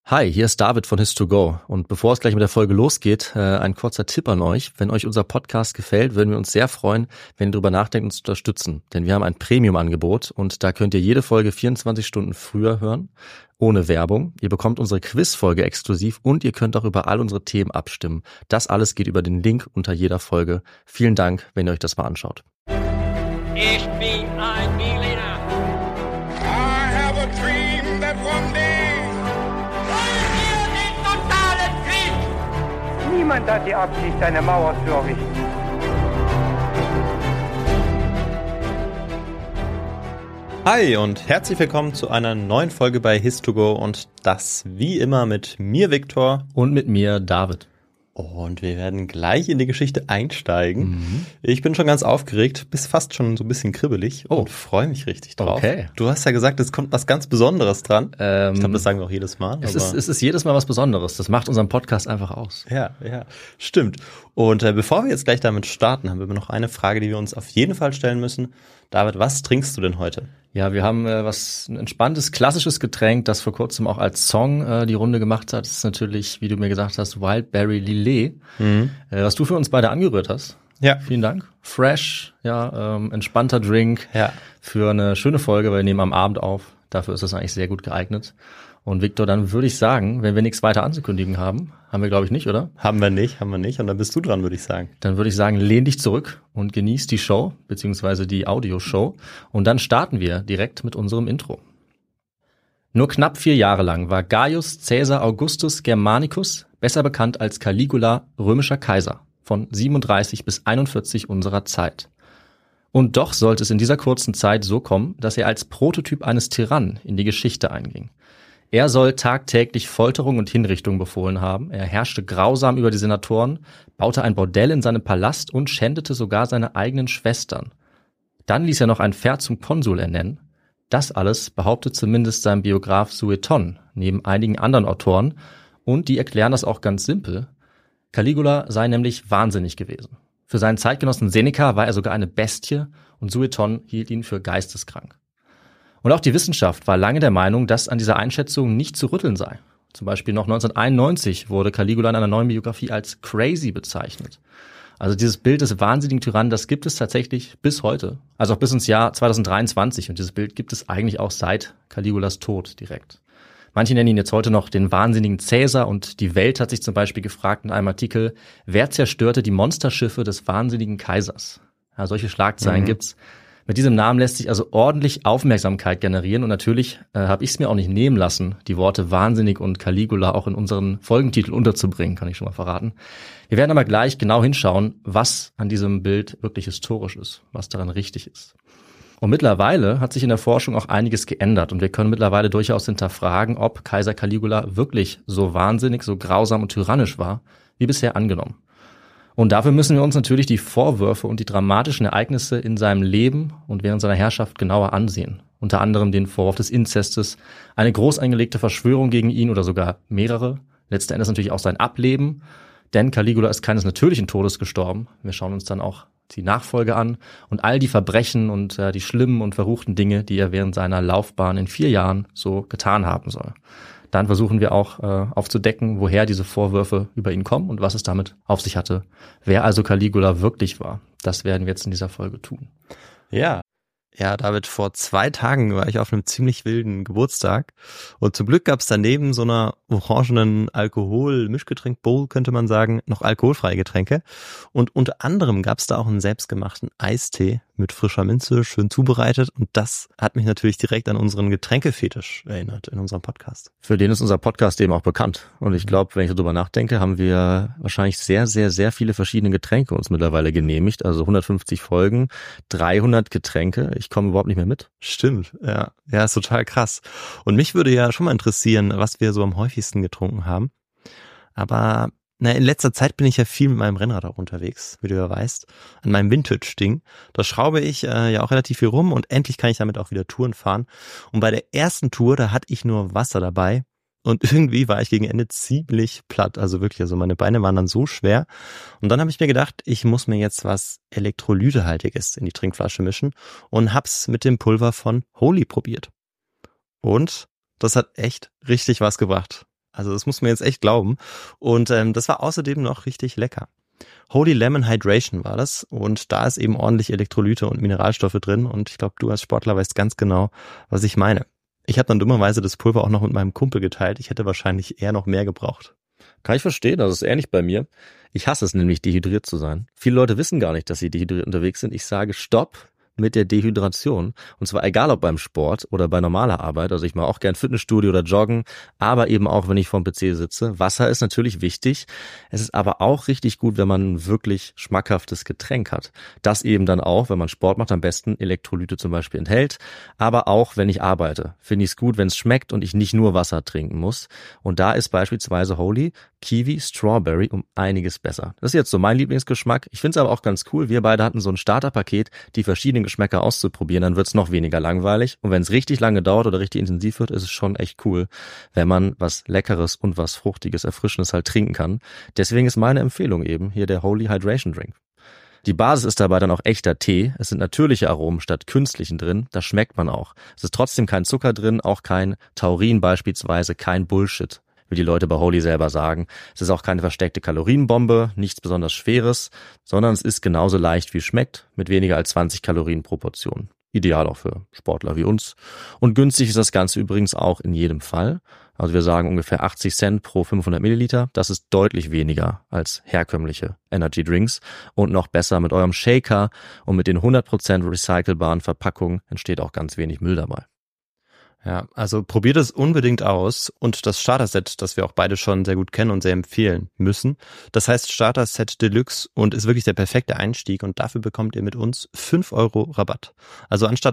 Hi, hier ist David von His2Go und bevor es gleich mit der Folge losgeht, ein kurzer Tipp an euch. Wenn euch unser Podcast gefällt, würden wir uns sehr freuen, wenn ihr darüber nachdenkt, uns zu unterstützen. Denn wir haben ein Premium-Angebot und da könnt ihr jede Folge 24 Stunden früher hören, ohne Werbung. Ihr bekommt unsere Quiz-Folge exklusiv und ihr könnt auch über all unsere Themen abstimmen. Das alles geht über den Link unter jeder Folge. Vielen Dank, wenn ihr euch das mal anschaut. Ich bin ein Berliner. I have a dream that one day. Niemand hat die Absicht, eine Mauer zu errichten. Hi und herzlich willkommen zu einer neuen Folge bei His2Go und das wie immer mit mir Viktor Und mit mir David. und wir werden gleich in die Geschichte einsteigen. Ich bin schon ganz aufgeregt, bis fast schon so ein bisschen kribbelig und freue mich richtig drauf. Okay. Du hast ja gesagt, es kommt was ganz Besonderes dran. Ich glaube, das sagen wir auch jedes Mal. Es ist jedes Mal was Besonderes. Das macht unseren Podcast einfach aus. Ja, stimmt. Und bevor wir jetzt gleich damit starten, haben wir noch eine Frage, die wir uns auf jeden Fall stellen müssen. David, was trinkst du denn heute? Ja, wir haben ein entspanntes, klassisches Getränk, das vor kurzem auch als Song die Runde gemacht hat. Das ist natürlich, wie du mir gesagt hast, Wildberry Lillet, was du für uns beide angerührt hast. Ja. Vielen Dank. Fresh, entspannter Drink für eine schöne Folge, weil wir nehmen am Abend auf. Dafür ist es eigentlich sehr gut geeignet. Und Viktor, dann würde ich sagen, wenn wir nichts weiter anzukündigen haben wir glaube ich nicht, oder? Haben wir nicht. Und dann bist du dran, würde ich sagen. Dann würde ich sagen, lehn dich zurück und genieß die Show, beziehungsweise die Audioshow. Und dann starten wir direkt mit unserem Intro. Nur knapp 4 Jahre lang war Gaius Caesar Augustus Germanicus, besser bekannt als Caligula, römischer Kaiser, von 37 bis 41 unserer Zeit. Und doch sollte es in dieser kurzen Zeit so kommen, dass er als Prototyp eines Tyrannen in die Geschichte einging. Er soll tagtäglich Folterung und Hinrichtung befohlen haben. Er herrschte grausam über die Senatoren, baute ein Bordell in seinem Palast und schändete sogar seine eigenen Schwestern. Dann ließ er noch ein Pferd zum Konsul ernennen. Das alles behauptet zumindest sein Biograf Sueton, neben einigen anderen Autoren. Und die erklären das auch ganz simpel. Caligula sei nämlich wahnsinnig gewesen. Für seinen Zeitgenossen Seneca war er sogar eine Bestie und Sueton hielt ihn für geisteskrank. Und auch die Wissenschaft war lange der Meinung, dass an dieser Einschätzung nicht zu rütteln sei. Zum Beispiel noch 1991 wurde Caligula in einer neuen Biografie als crazy bezeichnet. Also dieses Bild des wahnsinnigen Tyrannen, das gibt es tatsächlich bis heute. Also auch bis ins Jahr 2023. Und dieses Bild gibt es eigentlich auch seit Caligulas Tod direkt. Manche nennen ihn jetzt heute noch den wahnsinnigen Cäsar und die Welt hat sich zum Beispiel gefragt in einem Artikel, wer zerstörte die Monsterschiffe des wahnsinnigen Kaisers? Ja, solche Schlagzeilen gibt's. Mit diesem Namen lässt sich also ordentlich Aufmerksamkeit generieren und natürlich habe ich es mir auch nicht nehmen lassen, die Worte wahnsinnig und Caligula auch in unseren Folgentitel unterzubringen, kann ich schon mal verraten. Wir werden aber gleich genau hinschauen, was an diesem Bild wirklich historisch ist, was daran richtig ist. Und mittlerweile hat sich in der Forschung auch einiges geändert und wir können mittlerweile durchaus hinterfragen, ob Kaiser Caligula wirklich so wahnsinnig, so grausam und tyrannisch war, wie bisher angenommen. Und dafür müssen wir uns natürlich die Vorwürfe und die dramatischen Ereignisse in seinem Leben und während seiner Herrschaft genauer ansehen. Unter anderem den Vorwurf des Inzestes, eine groß angelegte Verschwörung gegen ihn oder sogar mehrere. Letzten Endes natürlich auch sein Ableben, denn Caligula ist keines natürlichen Todes gestorben. Wir schauen uns dann auch die Nachfolge an und all die Verbrechen und die schlimmen und verruchten Dinge, die er während seiner Laufbahn in 4 Jahren so getan haben soll. Dann versuchen wir auch aufzudecken, woher diese Vorwürfe über ihn kommen und was es damit auf sich hatte. Wer also Caligula wirklich war, das werden wir jetzt in dieser Folge tun. Ja, David, vor 2 Tagen war ich auf einem ziemlich wilden Geburtstag und zum Glück gab es daneben so einer orangenen Alkohol-Mischgetränk-Bowl, könnte man sagen, noch alkoholfreie Getränke und unter anderem gab es da auch einen selbstgemachten Eistee mit frischer Minze, schön zubereitet und das hat mich natürlich direkt an unseren Getränkefetisch erinnert in unserem Podcast. Für den ist unser Podcast eben auch bekannt und ich glaube, wenn ich darüber nachdenke, haben wir wahrscheinlich sehr, sehr, sehr viele verschiedene Getränke uns mittlerweile genehmigt, also 150 Folgen, 300 Getränke. Ich komme überhaupt nicht mehr mit. Stimmt, ja, ist total krass. Und mich würde ja schon mal interessieren, was wir so am häufigsten getrunken haben. Aber in letzter Zeit bin ich ja viel mit meinem Rennrad auch unterwegs, wie du ja weißt, an meinem Vintage-Ding. Da schraube ich ja auch relativ viel rum und endlich kann ich damit auch wieder Touren fahren. Und bei der ersten Tour, da hatte ich nur Wasser dabei. Und irgendwie war ich gegen Ende ziemlich platt, also wirklich, also meine Beine waren dann so schwer. Und dann habe ich mir gedacht, ich muss mir jetzt was Elektrolytehaltiges in die Trinkflasche mischen und hab's mit dem Pulver von Holy probiert. Und das hat echt richtig was gebracht. Also das muss man jetzt echt glauben. Und das war außerdem noch richtig lecker. Holy Lemon Hydration war das und da ist eben ordentlich Elektrolyte und Mineralstoffe drin und ich glaube, du als Sportler weißt ganz genau, was ich meine. Ich habe dann dummerweise das Pulver auch noch mit meinem Kumpel geteilt. Ich hätte wahrscheinlich eher noch mehr gebraucht. Kann ich verstehen, das ist ähnlich bei mir. Ich hasse es nämlich, dehydriert zu sein. Viele Leute wissen gar nicht, dass sie dehydriert unterwegs sind. Ich sage Stopp mit der Dehydration. Und zwar egal ob beim Sport oder bei normaler Arbeit. Also ich mache auch gern Fitnessstudio oder Joggen, aber eben auch, wenn ich vorm PC sitze. Wasser ist natürlich wichtig. Es ist aber auch richtig gut, wenn man ein wirklich schmackhaftes Getränk hat. Das eben dann auch, wenn man Sport macht, am besten Elektrolyte zum Beispiel enthält. Aber auch, wenn ich arbeite, finde ich es gut, wenn es schmeckt und ich nicht nur Wasser trinken muss. Und da ist beispielsweise Holy Kiwi Strawberry um einiges besser. Das ist jetzt so mein Lieblingsgeschmack. Ich finde es aber auch ganz cool. Wir beide hatten so ein Starterpaket, die verschiedenen Geschmäcker auszuprobieren, dann wird es noch weniger langweilig. Und wenn es richtig lange dauert oder richtig intensiv wird, ist es schon echt cool, wenn man was Leckeres und was Fruchtiges, Erfrischendes halt trinken kann. Deswegen ist meine Empfehlung eben hier der Holy Hydration Drink. Die Basis ist dabei dann auch echter Tee. Es sind natürliche Aromen statt künstlichen drin. Das schmeckt man auch. Es ist trotzdem kein Zucker drin, auch kein Taurin beispielsweise, kein Bullshit, wie die Leute bei Holy selber sagen. Es ist auch keine versteckte Kalorienbombe, nichts besonders Schweres, sondern es ist genauso leicht wie es schmeckt, mit weniger als 20 Kalorien pro Portion. Ideal auch für Sportler wie uns. Und günstig ist das Ganze übrigens auch in jedem Fall. Also wir sagen ungefähr 80 Cent pro 500 Milliliter. Das ist deutlich weniger als herkömmliche Energy Drinks. Und noch besser mit eurem Shaker und mit den 100% recycelbaren Verpackungen entsteht auch ganz wenig Müll dabei. Ja, also probiert es unbedingt aus und das Starter-Set, das wir auch beide schon sehr gut kennen und sehr empfehlen müssen, das heißt Starter-Set Deluxe und ist wirklich der perfekte Einstieg und dafür bekommt ihr mit uns 5 € Rabatt. Also anstatt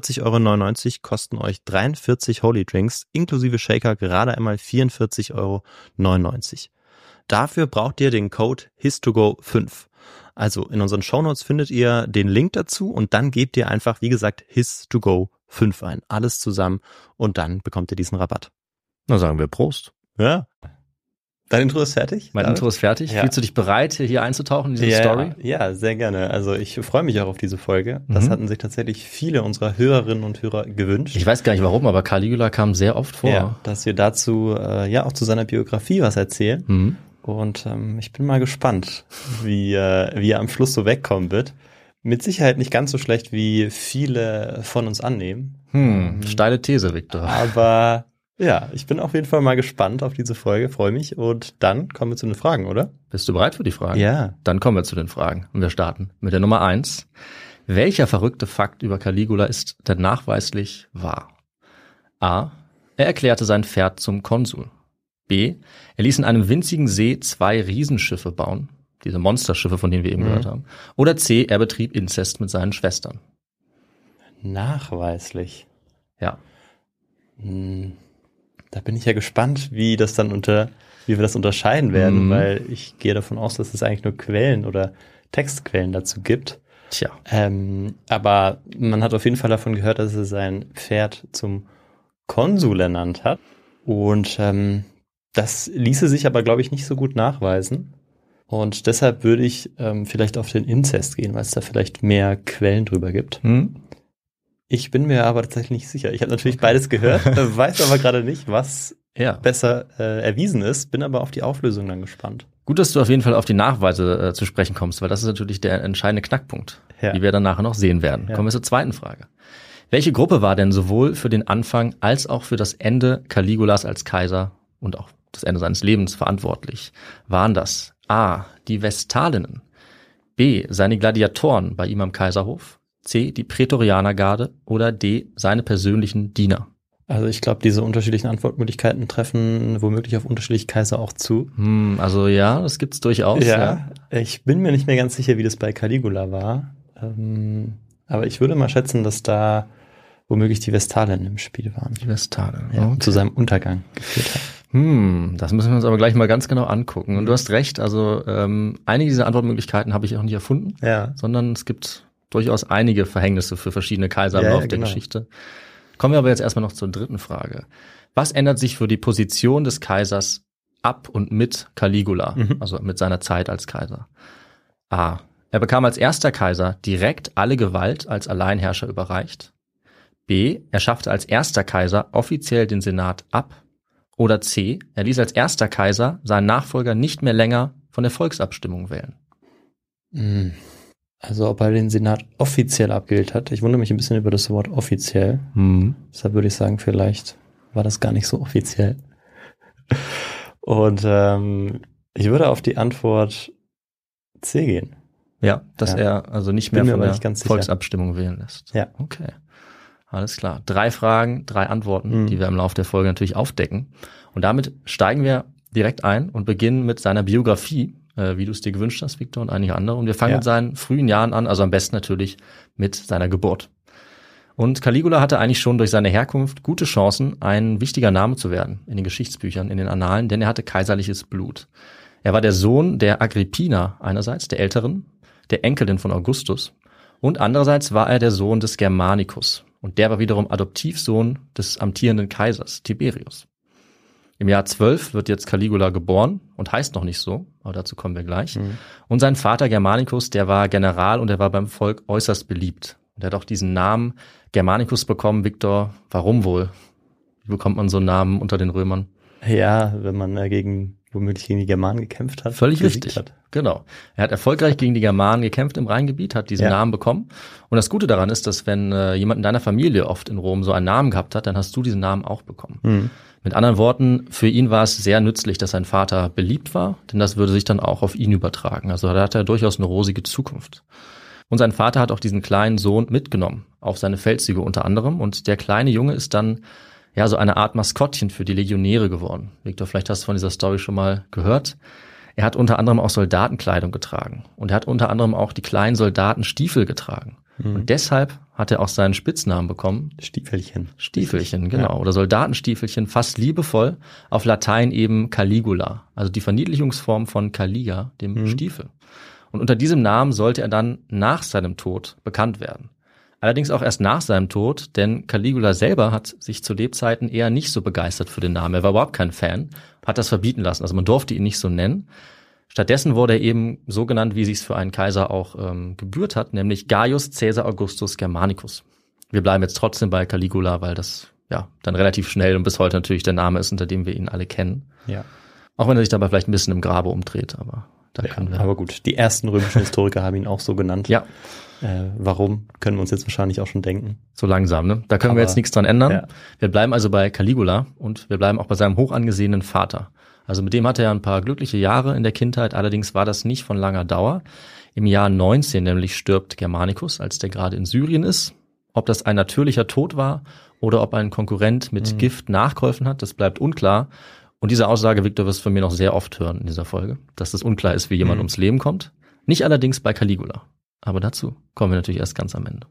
49,99 € kosten euch 43 Holy Drinks inklusive Shaker gerade einmal 44,99 €. Dafür braucht ihr den Code HIS2GO5. Also in unseren Shownotes findet ihr den Link dazu und dann gebt ihr einfach, wie gesagt, HIS2GO5 ein. Alles zusammen und dann bekommt ihr diesen Rabatt. Na sagen wir Prost. Ja. Dein Intro ist fertig? Mein Intro ist fertig. Ja. Fühlst du dich bereit, hier einzutauchen in diese Story? Ja, sehr gerne. Also ich freue mich auch auf diese Folge. Das hatten sich tatsächlich viele unserer Hörerinnen und Hörer gewünscht. Ich weiß gar nicht warum, aber Caligula kam sehr oft vor. Ja, dass wir dazu auch zu seiner Biografie was erzählen. Mhm. Und ich bin mal gespannt, wie er am Schluss so wegkommen wird. Mit Sicherheit nicht ganz so schlecht, wie viele von uns annehmen. Steile These, Victor. Aber ja, ich bin auf jeden Fall mal gespannt auf diese Folge, freue mich. Und dann kommen wir zu den Fragen, oder? Bist du bereit für die Fragen? Ja. Dann kommen wir zu den Fragen. Und wir starten mit der Nummer 1. Welcher verrückte Fakt über Caligula ist denn nachweislich wahr? A. Er erklärte sein Pferd zum Konsul. B. Er ließ in einem winzigen See 2 Riesenschiffe bauen. Diese Monsterschiffe, von denen wir eben gehört haben. Oder C. Er betrieb Inzest mit seinen Schwestern. Nachweislich. Ja. Da bin ich ja gespannt, wie wir das unterscheiden werden, weil ich gehe davon aus, dass es eigentlich nur Quellen oder Textquellen dazu gibt. Tja. Aber man hat auf jeden Fall davon gehört, dass er sein Pferd zum Konsul ernannt hat. Und das ließe sich aber, glaube ich, nicht so gut nachweisen. Und deshalb würde ich vielleicht auf den Inzest gehen, weil es da vielleicht mehr Quellen drüber gibt. Ich bin mir aber tatsächlich nicht sicher. Ich habe natürlich beides gehört, weiß aber gerade nicht, was besser erwiesen ist, bin aber auf die Auflösung dann gespannt. Gut, dass du auf jeden Fall auf die Nachweise zu sprechen kommst, weil das ist natürlich der entscheidende Knackpunkt, wie wir dann nachher noch sehen werden. Ja. Kommen wir zur zweiten Frage. Welche Gruppe war denn sowohl für den Anfang als auch für das Ende Caligulas als Kaiser und auch das Ende seines Lebens verantwortlich? Waren das A. die Vestalinnen, B. seine Gladiatoren bei ihm am Kaiserhof, C. die Prätorianergarde oder D. seine persönlichen Diener? Also ich glaube, diese unterschiedlichen Antwortmöglichkeiten treffen womöglich auf unterschiedliche Kaiser auch zu. Also ja, das gibt's durchaus. Ja, ich bin mir nicht mehr ganz sicher, wie das bei Caligula war. Aber ich würde mal schätzen, dass da womöglich die Vestalinnen im Spiel waren. Die Vestalinnen, ja, zu seinem Untergang geführt haben. Das müssen wir uns aber gleich mal ganz genau angucken. Und du hast recht, also einige dieser Antwortmöglichkeiten habe ich auch nicht erfunden, sondern es gibt durchaus einige Verhängnisse für verschiedene Kaiser im Laufe der Geschichte. Kommen wir aber jetzt erstmal noch zur dritten Frage. Was ändert sich für die Position des Kaisers ab und mit Caligula, also mit seiner Zeit als Kaiser? A. Er bekam als erster Kaiser direkt alle Gewalt als Alleinherrscher überreicht. B. Er schaffte als erster Kaiser offiziell den Senat ab. Oder C, er ließ als erster Kaiser seinen Nachfolger nicht mehr länger von der Volksabstimmung wählen. Also ob er den Senat offiziell abgewählt hat. Ich wundere mich ein bisschen über das Wort offiziell. Deshalb würde ich sagen, vielleicht war das gar nicht so offiziell. Und ich würde auf die Antwort C gehen. Ja, dass er also nicht mehr von der ganz Volksabstimmung wählen lässt. Ja. Okay, alles klar. 3 Fragen, 3 Antworten, die wir im Laufe der Folge natürlich aufdecken. Und damit steigen wir direkt ein und beginnen mit seiner Biografie, wie du es dir gewünscht hast, Victor, und einige andere. Und wir fangen mit seinen frühen Jahren an, also am besten natürlich mit seiner Geburt. Und Caligula hatte eigentlich schon durch seine Herkunft gute Chancen, ein wichtiger Name zu werden in den Geschichtsbüchern, in den Annalen, denn er hatte kaiserliches Blut. Er war der Sohn der Agrippina einerseits, der Älteren, der Enkelin von Augustus, und andererseits war er der Sohn des Germanicus. Und der war wiederum Adoptivsohn des amtierenden Kaisers, Tiberius. Im Jahr 12 wird jetzt Caligula geboren und heißt noch nicht so, aber dazu kommen wir gleich. Und sein Vater Germanicus, der war General und er war beim Volk äußerst beliebt. Und er hat auch diesen Namen Germanicus bekommen. Victor, warum wohl? Wie bekommt man so einen Namen unter den Römern? Ja, wenn man womöglich gegen die Germanen gekämpft hat. Völlig richtig, genau. Er hat erfolgreich gegen die Germanen gekämpft im Rheingebiet, hat diesen Namen bekommen. Und das Gute daran ist, dass wenn jemand in deiner Familie oft in Rom so einen Namen gehabt hat, dann hast du diesen Namen auch bekommen. Mit anderen Worten, für ihn war es sehr nützlich, dass sein Vater beliebt war, denn das würde sich dann auch auf ihn übertragen. Also da hat er durchaus eine rosige Zukunft. Und sein Vater hat auch diesen kleinen Sohn mitgenommen auf seine Feldzüge unter anderem. Und der kleine Junge ist dann ja so eine Art Maskottchen für die Legionäre geworden. Victor, vielleicht hast du von dieser Story schon mal gehört. Er hat unter anderem auch Soldatenkleidung getragen. Und er hat unter anderem auch die kleinen Soldatenstiefel getragen. Und deshalb hat er auch seinen Spitznamen bekommen. Stiefelchen, genau. Ja. Oder Soldatenstiefelchen, fast liebevoll. Auf Latein eben Caligula. Also die Verniedlichungsform von Caliga, dem Stiefel. Und unter diesem Namen sollte er dann nach seinem Tod bekannt werden. Allerdings auch erst nach seinem Tod, denn Caligula selber hat sich zu Lebzeiten eher nicht so begeistert für den Namen. Er war überhaupt kein Fan, hat das verbieten lassen. Also man durfte ihn nicht so nennen. Stattdessen wurde er eben so genannt, wie sich's für einen Kaiser auch gebührt hat, nämlich Gaius Caesar Augustus Germanicus. Wir bleiben jetzt trotzdem bei Caligula, weil das ja dann relativ schnell und bis heute natürlich der Name ist, unter dem wir ihn alle kennen. Ja. Auch wenn er sich dabei vielleicht ein bisschen im Grabe umdreht, aber da können wir. Aber gut, die ersten römischen Historiker haben ihn auch so genannt. Ja. Warum, können wir uns jetzt wahrscheinlich auch schon denken. So langsam, ne? Da können wir jetzt nichts dran ändern. Ja. Wir bleiben also bei Caligula und wir bleiben auch bei seinem hochangesehenen Vater. Also mit dem hatte er ein paar glückliche Jahre in der Kindheit, allerdings war das nicht von langer Dauer. Im Jahr 19 nämlich stirbt Germanicus, als der gerade in Syrien ist. Ob das ein natürlicher Tod war oder ob ein Konkurrent mit Gift nachgeholfen hat, das bleibt unklar. Und diese Aussage, Victor, wirst du von mir noch sehr oft hören in dieser Folge, dass es unklar ist, wie jemand ums Leben kommt. Nicht allerdings bei Caligula. Aber dazu kommen wir natürlich erst ganz am Ende.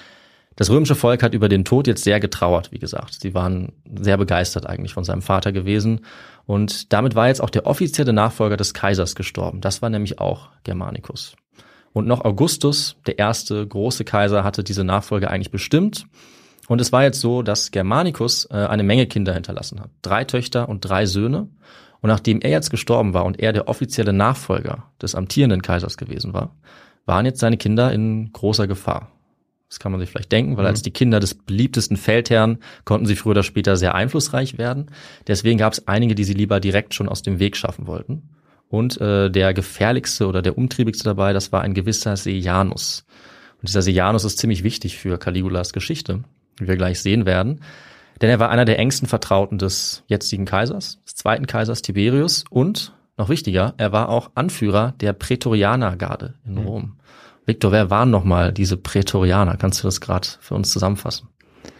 Das römische Volk hat über den Tod jetzt sehr getrauert, wie gesagt. Sie waren sehr begeistert eigentlich von seinem Vater gewesen. Und damit war jetzt auch der offizielle Nachfolger des Kaisers gestorben. Das war nämlich auch Germanicus. Und noch Augustus, der erste große Kaiser, hatte diese Nachfolge eigentlich bestimmt. Und es war jetzt so, dass Germanicus eine Menge Kinder hinterlassen hat. 3 Töchter und 3 Söhne. Und nachdem er jetzt gestorben war und er der offizielle Nachfolger des amtierenden Kaisers gewesen war, waren jetzt seine Kinder in großer Gefahr. Das kann man sich vielleicht denken, weil als die Kinder des beliebtesten Feldherrn konnten sie früher oder später sehr einflussreich werden. Deswegen gab es einige, die sie lieber direkt schon aus dem Weg schaffen wollten. Und der gefährlichste oder der umtriebigste dabei, das war ein gewisser Sejanus. Und dieser Sejanus ist ziemlich wichtig für Caligulas Geschichte, wie wir gleich sehen werden. Denn er war einer der engsten Vertrauten des jetzigen Kaisers, des zweiten Kaisers Tiberius und, noch wichtiger, er war auch Anführer der Prätorianergarde in Rom. Victor, wer waren nochmal diese Prätorianer? Kannst du das gerade für uns zusammenfassen?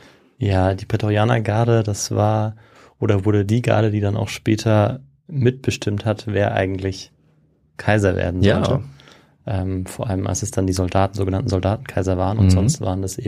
Ja, die Prätorianergarde, das war oder wurde die Garde, die dann auch später mitbestimmt hat, wer eigentlich Kaiser werden sollte. Ja. Vor allem, als es dann die sogenannten Soldatenkaiser waren und sonst war es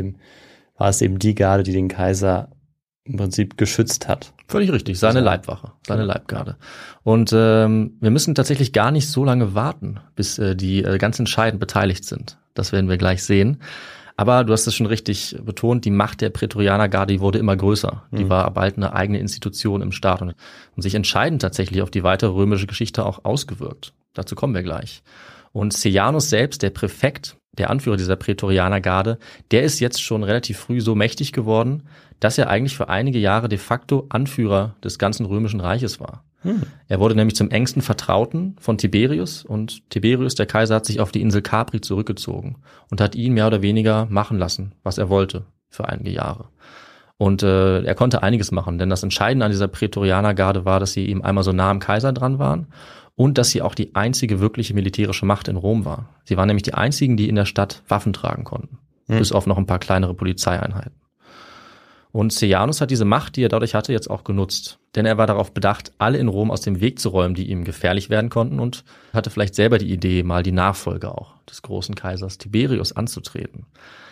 eben die Garde, die den Kaiser im Prinzip geschützt hat. Völlig richtig, seine Leibwache, seine Leibgarde. Und wir müssen tatsächlich gar nicht so lange warten, bis die ganz entscheidend beteiligt sind. Das werden wir gleich sehen. Aber du hast es schon richtig betont, die Macht der Prätorianergarde, die wurde immer größer. Die war bald eine eigene Institution im Staat und sich entscheidend tatsächlich auf die weitere römische Geschichte auch ausgewirkt. Dazu kommen wir gleich. Und Sejanus selbst, der Präfekt, der Anführer dieser Prätorianergarde, der ist jetzt schon relativ früh so mächtig geworden, dass er eigentlich für einige Jahre de facto Anführer des ganzen Römischen Reiches war. Er wurde nämlich zum engsten Vertrauten von Tiberius und Tiberius, der Kaiser, hat sich auf die Insel Capri zurückgezogen und hat ihn mehr oder weniger machen lassen, was er wollte für einige Jahre. Und er konnte einiges machen, denn das Entscheidende an dieser Prätorianergarde war, dass sie eben einmal so nah am Kaiser dran waren und dass sie auch die einzige wirkliche militärische Macht in Rom war. Sie waren nämlich die einzigen, die in der Stadt Waffen tragen konnten, bis auf noch ein paar kleinere Polizeieinheiten. Und Sejanus hat diese Macht, die er dadurch hatte, jetzt auch genutzt. Denn er war darauf bedacht, alle in Rom aus dem Weg zu räumen, die ihm gefährlich werden konnten, und hatte vielleicht selber die Idee, mal die Nachfolge auch des großen Kaisers Tiberius anzutreten.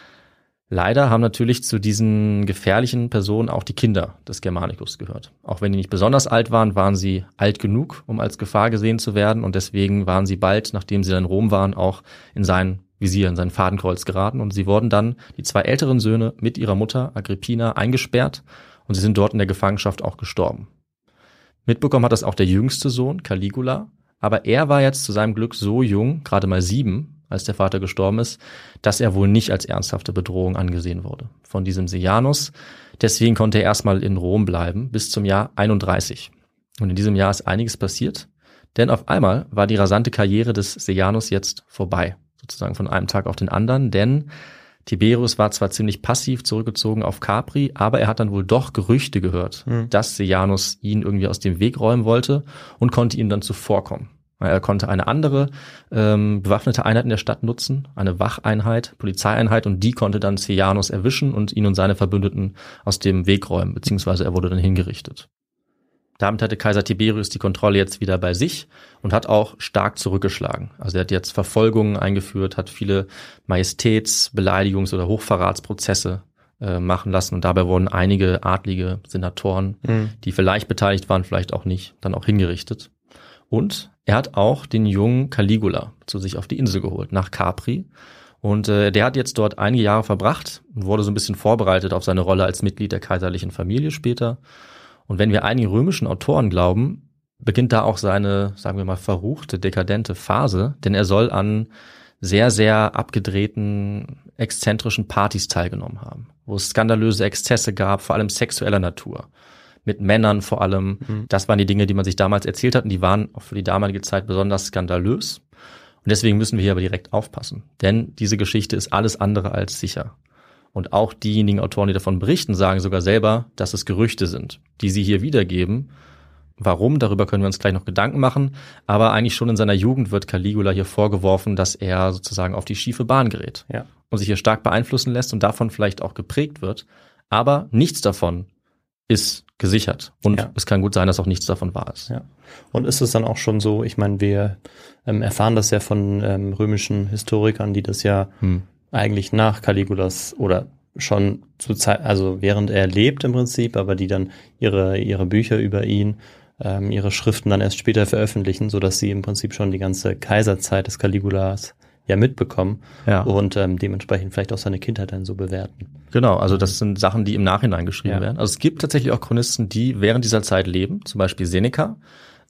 Leider haben natürlich zu diesen gefährlichen Personen auch die Kinder des Germanicus gehört. Auch wenn die nicht besonders alt waren, waren sie alt genug, um als Gefahr gesehen zu werden, und deswegen waren sie bald, nachdem sie dann in Rom waren, auch in sein Visier, in sein Fadenkreuz geraten, und sie wurden dann, die 2 älteren Söhne, mit ihrer Mutter Agrippina eingesperrt, und sie sind dort in der Gefangenschaft auch gestorben. Mitbekommen hat das auch der jüngste Sohn, Caligula, aber er war jetzt zu seinem Glück so jung, gerade mal 7, als der Vater gestorben ist, dass er wohl nicht als ernsthafte Bedrohung angesehen wurde von diesem Sejanus. Deswegen konnte er erstmal in Rom bleiben bis zum Jahr 31. Und in diesem Jahr ist einiges passiert, denn auf einmal war die rasante Karriere des Sejanus jetzt vorbei, sozusagen von einem Tag auf den anderen, denn Tiberius war zwar ziemlich passiv zurückgezogen auf Capri, aber er hat dann wohl doch Gerüchte gehört, dass Sejanus ihn irgendwie aus dem Weg räumen wollte und konnte ihm dann zuvorkommen. Er konnte eine andere bewaffnete Einheit in der Stadt nutzen, eine Wacheinheit, Polizeieinheit, und die konnte dann Sejanus erwischen und ihn und seine Verbündeten aus dem Weg räumen, beziehungsweise er wurde dann hingerichtet. Damit hatte Kaiser Tiberius die Kontrolle jetzt wieder bei sich und hat auch stark zurückgeschlagen. Also er hat jetzt Verfolgungen eingeführt, hat viele Majestäts-, Beleidigungs- oder Hochverratsprozesse machen lassen, und dabei wurden einige adlige Senatoren, die vielleicht beteiligt waren, vielleicht auch nicht, dann auch hingerichtet. Und er hat auch den jungen Caligula zu sich auf die Insel geholt, nach Capri. Und der hat jetzt dort einige Jahre verbracht und wurde so ein bisschen vorbereitet auf seine Rolle als Mitglied der kaiserlichen Familie später. Und wenn wir einigen römischen Autoren glauben, beginnt da auch seine, sagen wir mal, verruchte, dekadente Phase, denn er soll an sehr, sehr abgedrehten, exzentrischen Partys teilgenommen haben, wo es skandalöse Exzesse gab, vor allem sexueller Natur. Mit Männern vor allem. Das waren die Dinge, die man sich damals erzählt hat, und die waren auch für die damalige Zeit besonders skandalös. Und deswegen müssen wir hier aber direkt aufpassen. Denn diese Geschichte ist alles andere als sicher. Und auch diejenigen Autoren, die davon berichten, sagen sogar selber, dass es Gerüchte sind, die sie hier wiedergeben. Warum? Darüber können wir uns gleich noch Gedanken machen. Aber eigentlich schon in seiner Jugend wird Caligula hier vorgeworfen, dass er sozusagen auf die schiefe Bahn gerät. Ja. Und sich hier stark beeinflussen lässt und davon vielleicht auch geprägt wird. Aber nichts davon ist gesichert. Und es kann gut sein, dass auch nichts davon wahr ist. Ja. Und ist es dann auch schon so, ich meine, wir erfahren das ja von römischen Historikern, die das ja eigentlich nach Caligulas oder schon zur Zeit, also während er lebt im Prinzip, aber die dann ihre Bücher über ihn, ihre Schriften dann erst später veröffentlichen, sodass sie im Prinzip schon die ganze Kaiserzeit des Caligulas ja mitbekommen und dementsprechend vielleicht auch seine Kindheit dann so bewerten. Genau, also das sind Sachen, die im Nachhinein geschrieben werden. Also es gibt tatsächlich auch Chronisten, die während dieser Zeit leben, zum Beispiel Seneca,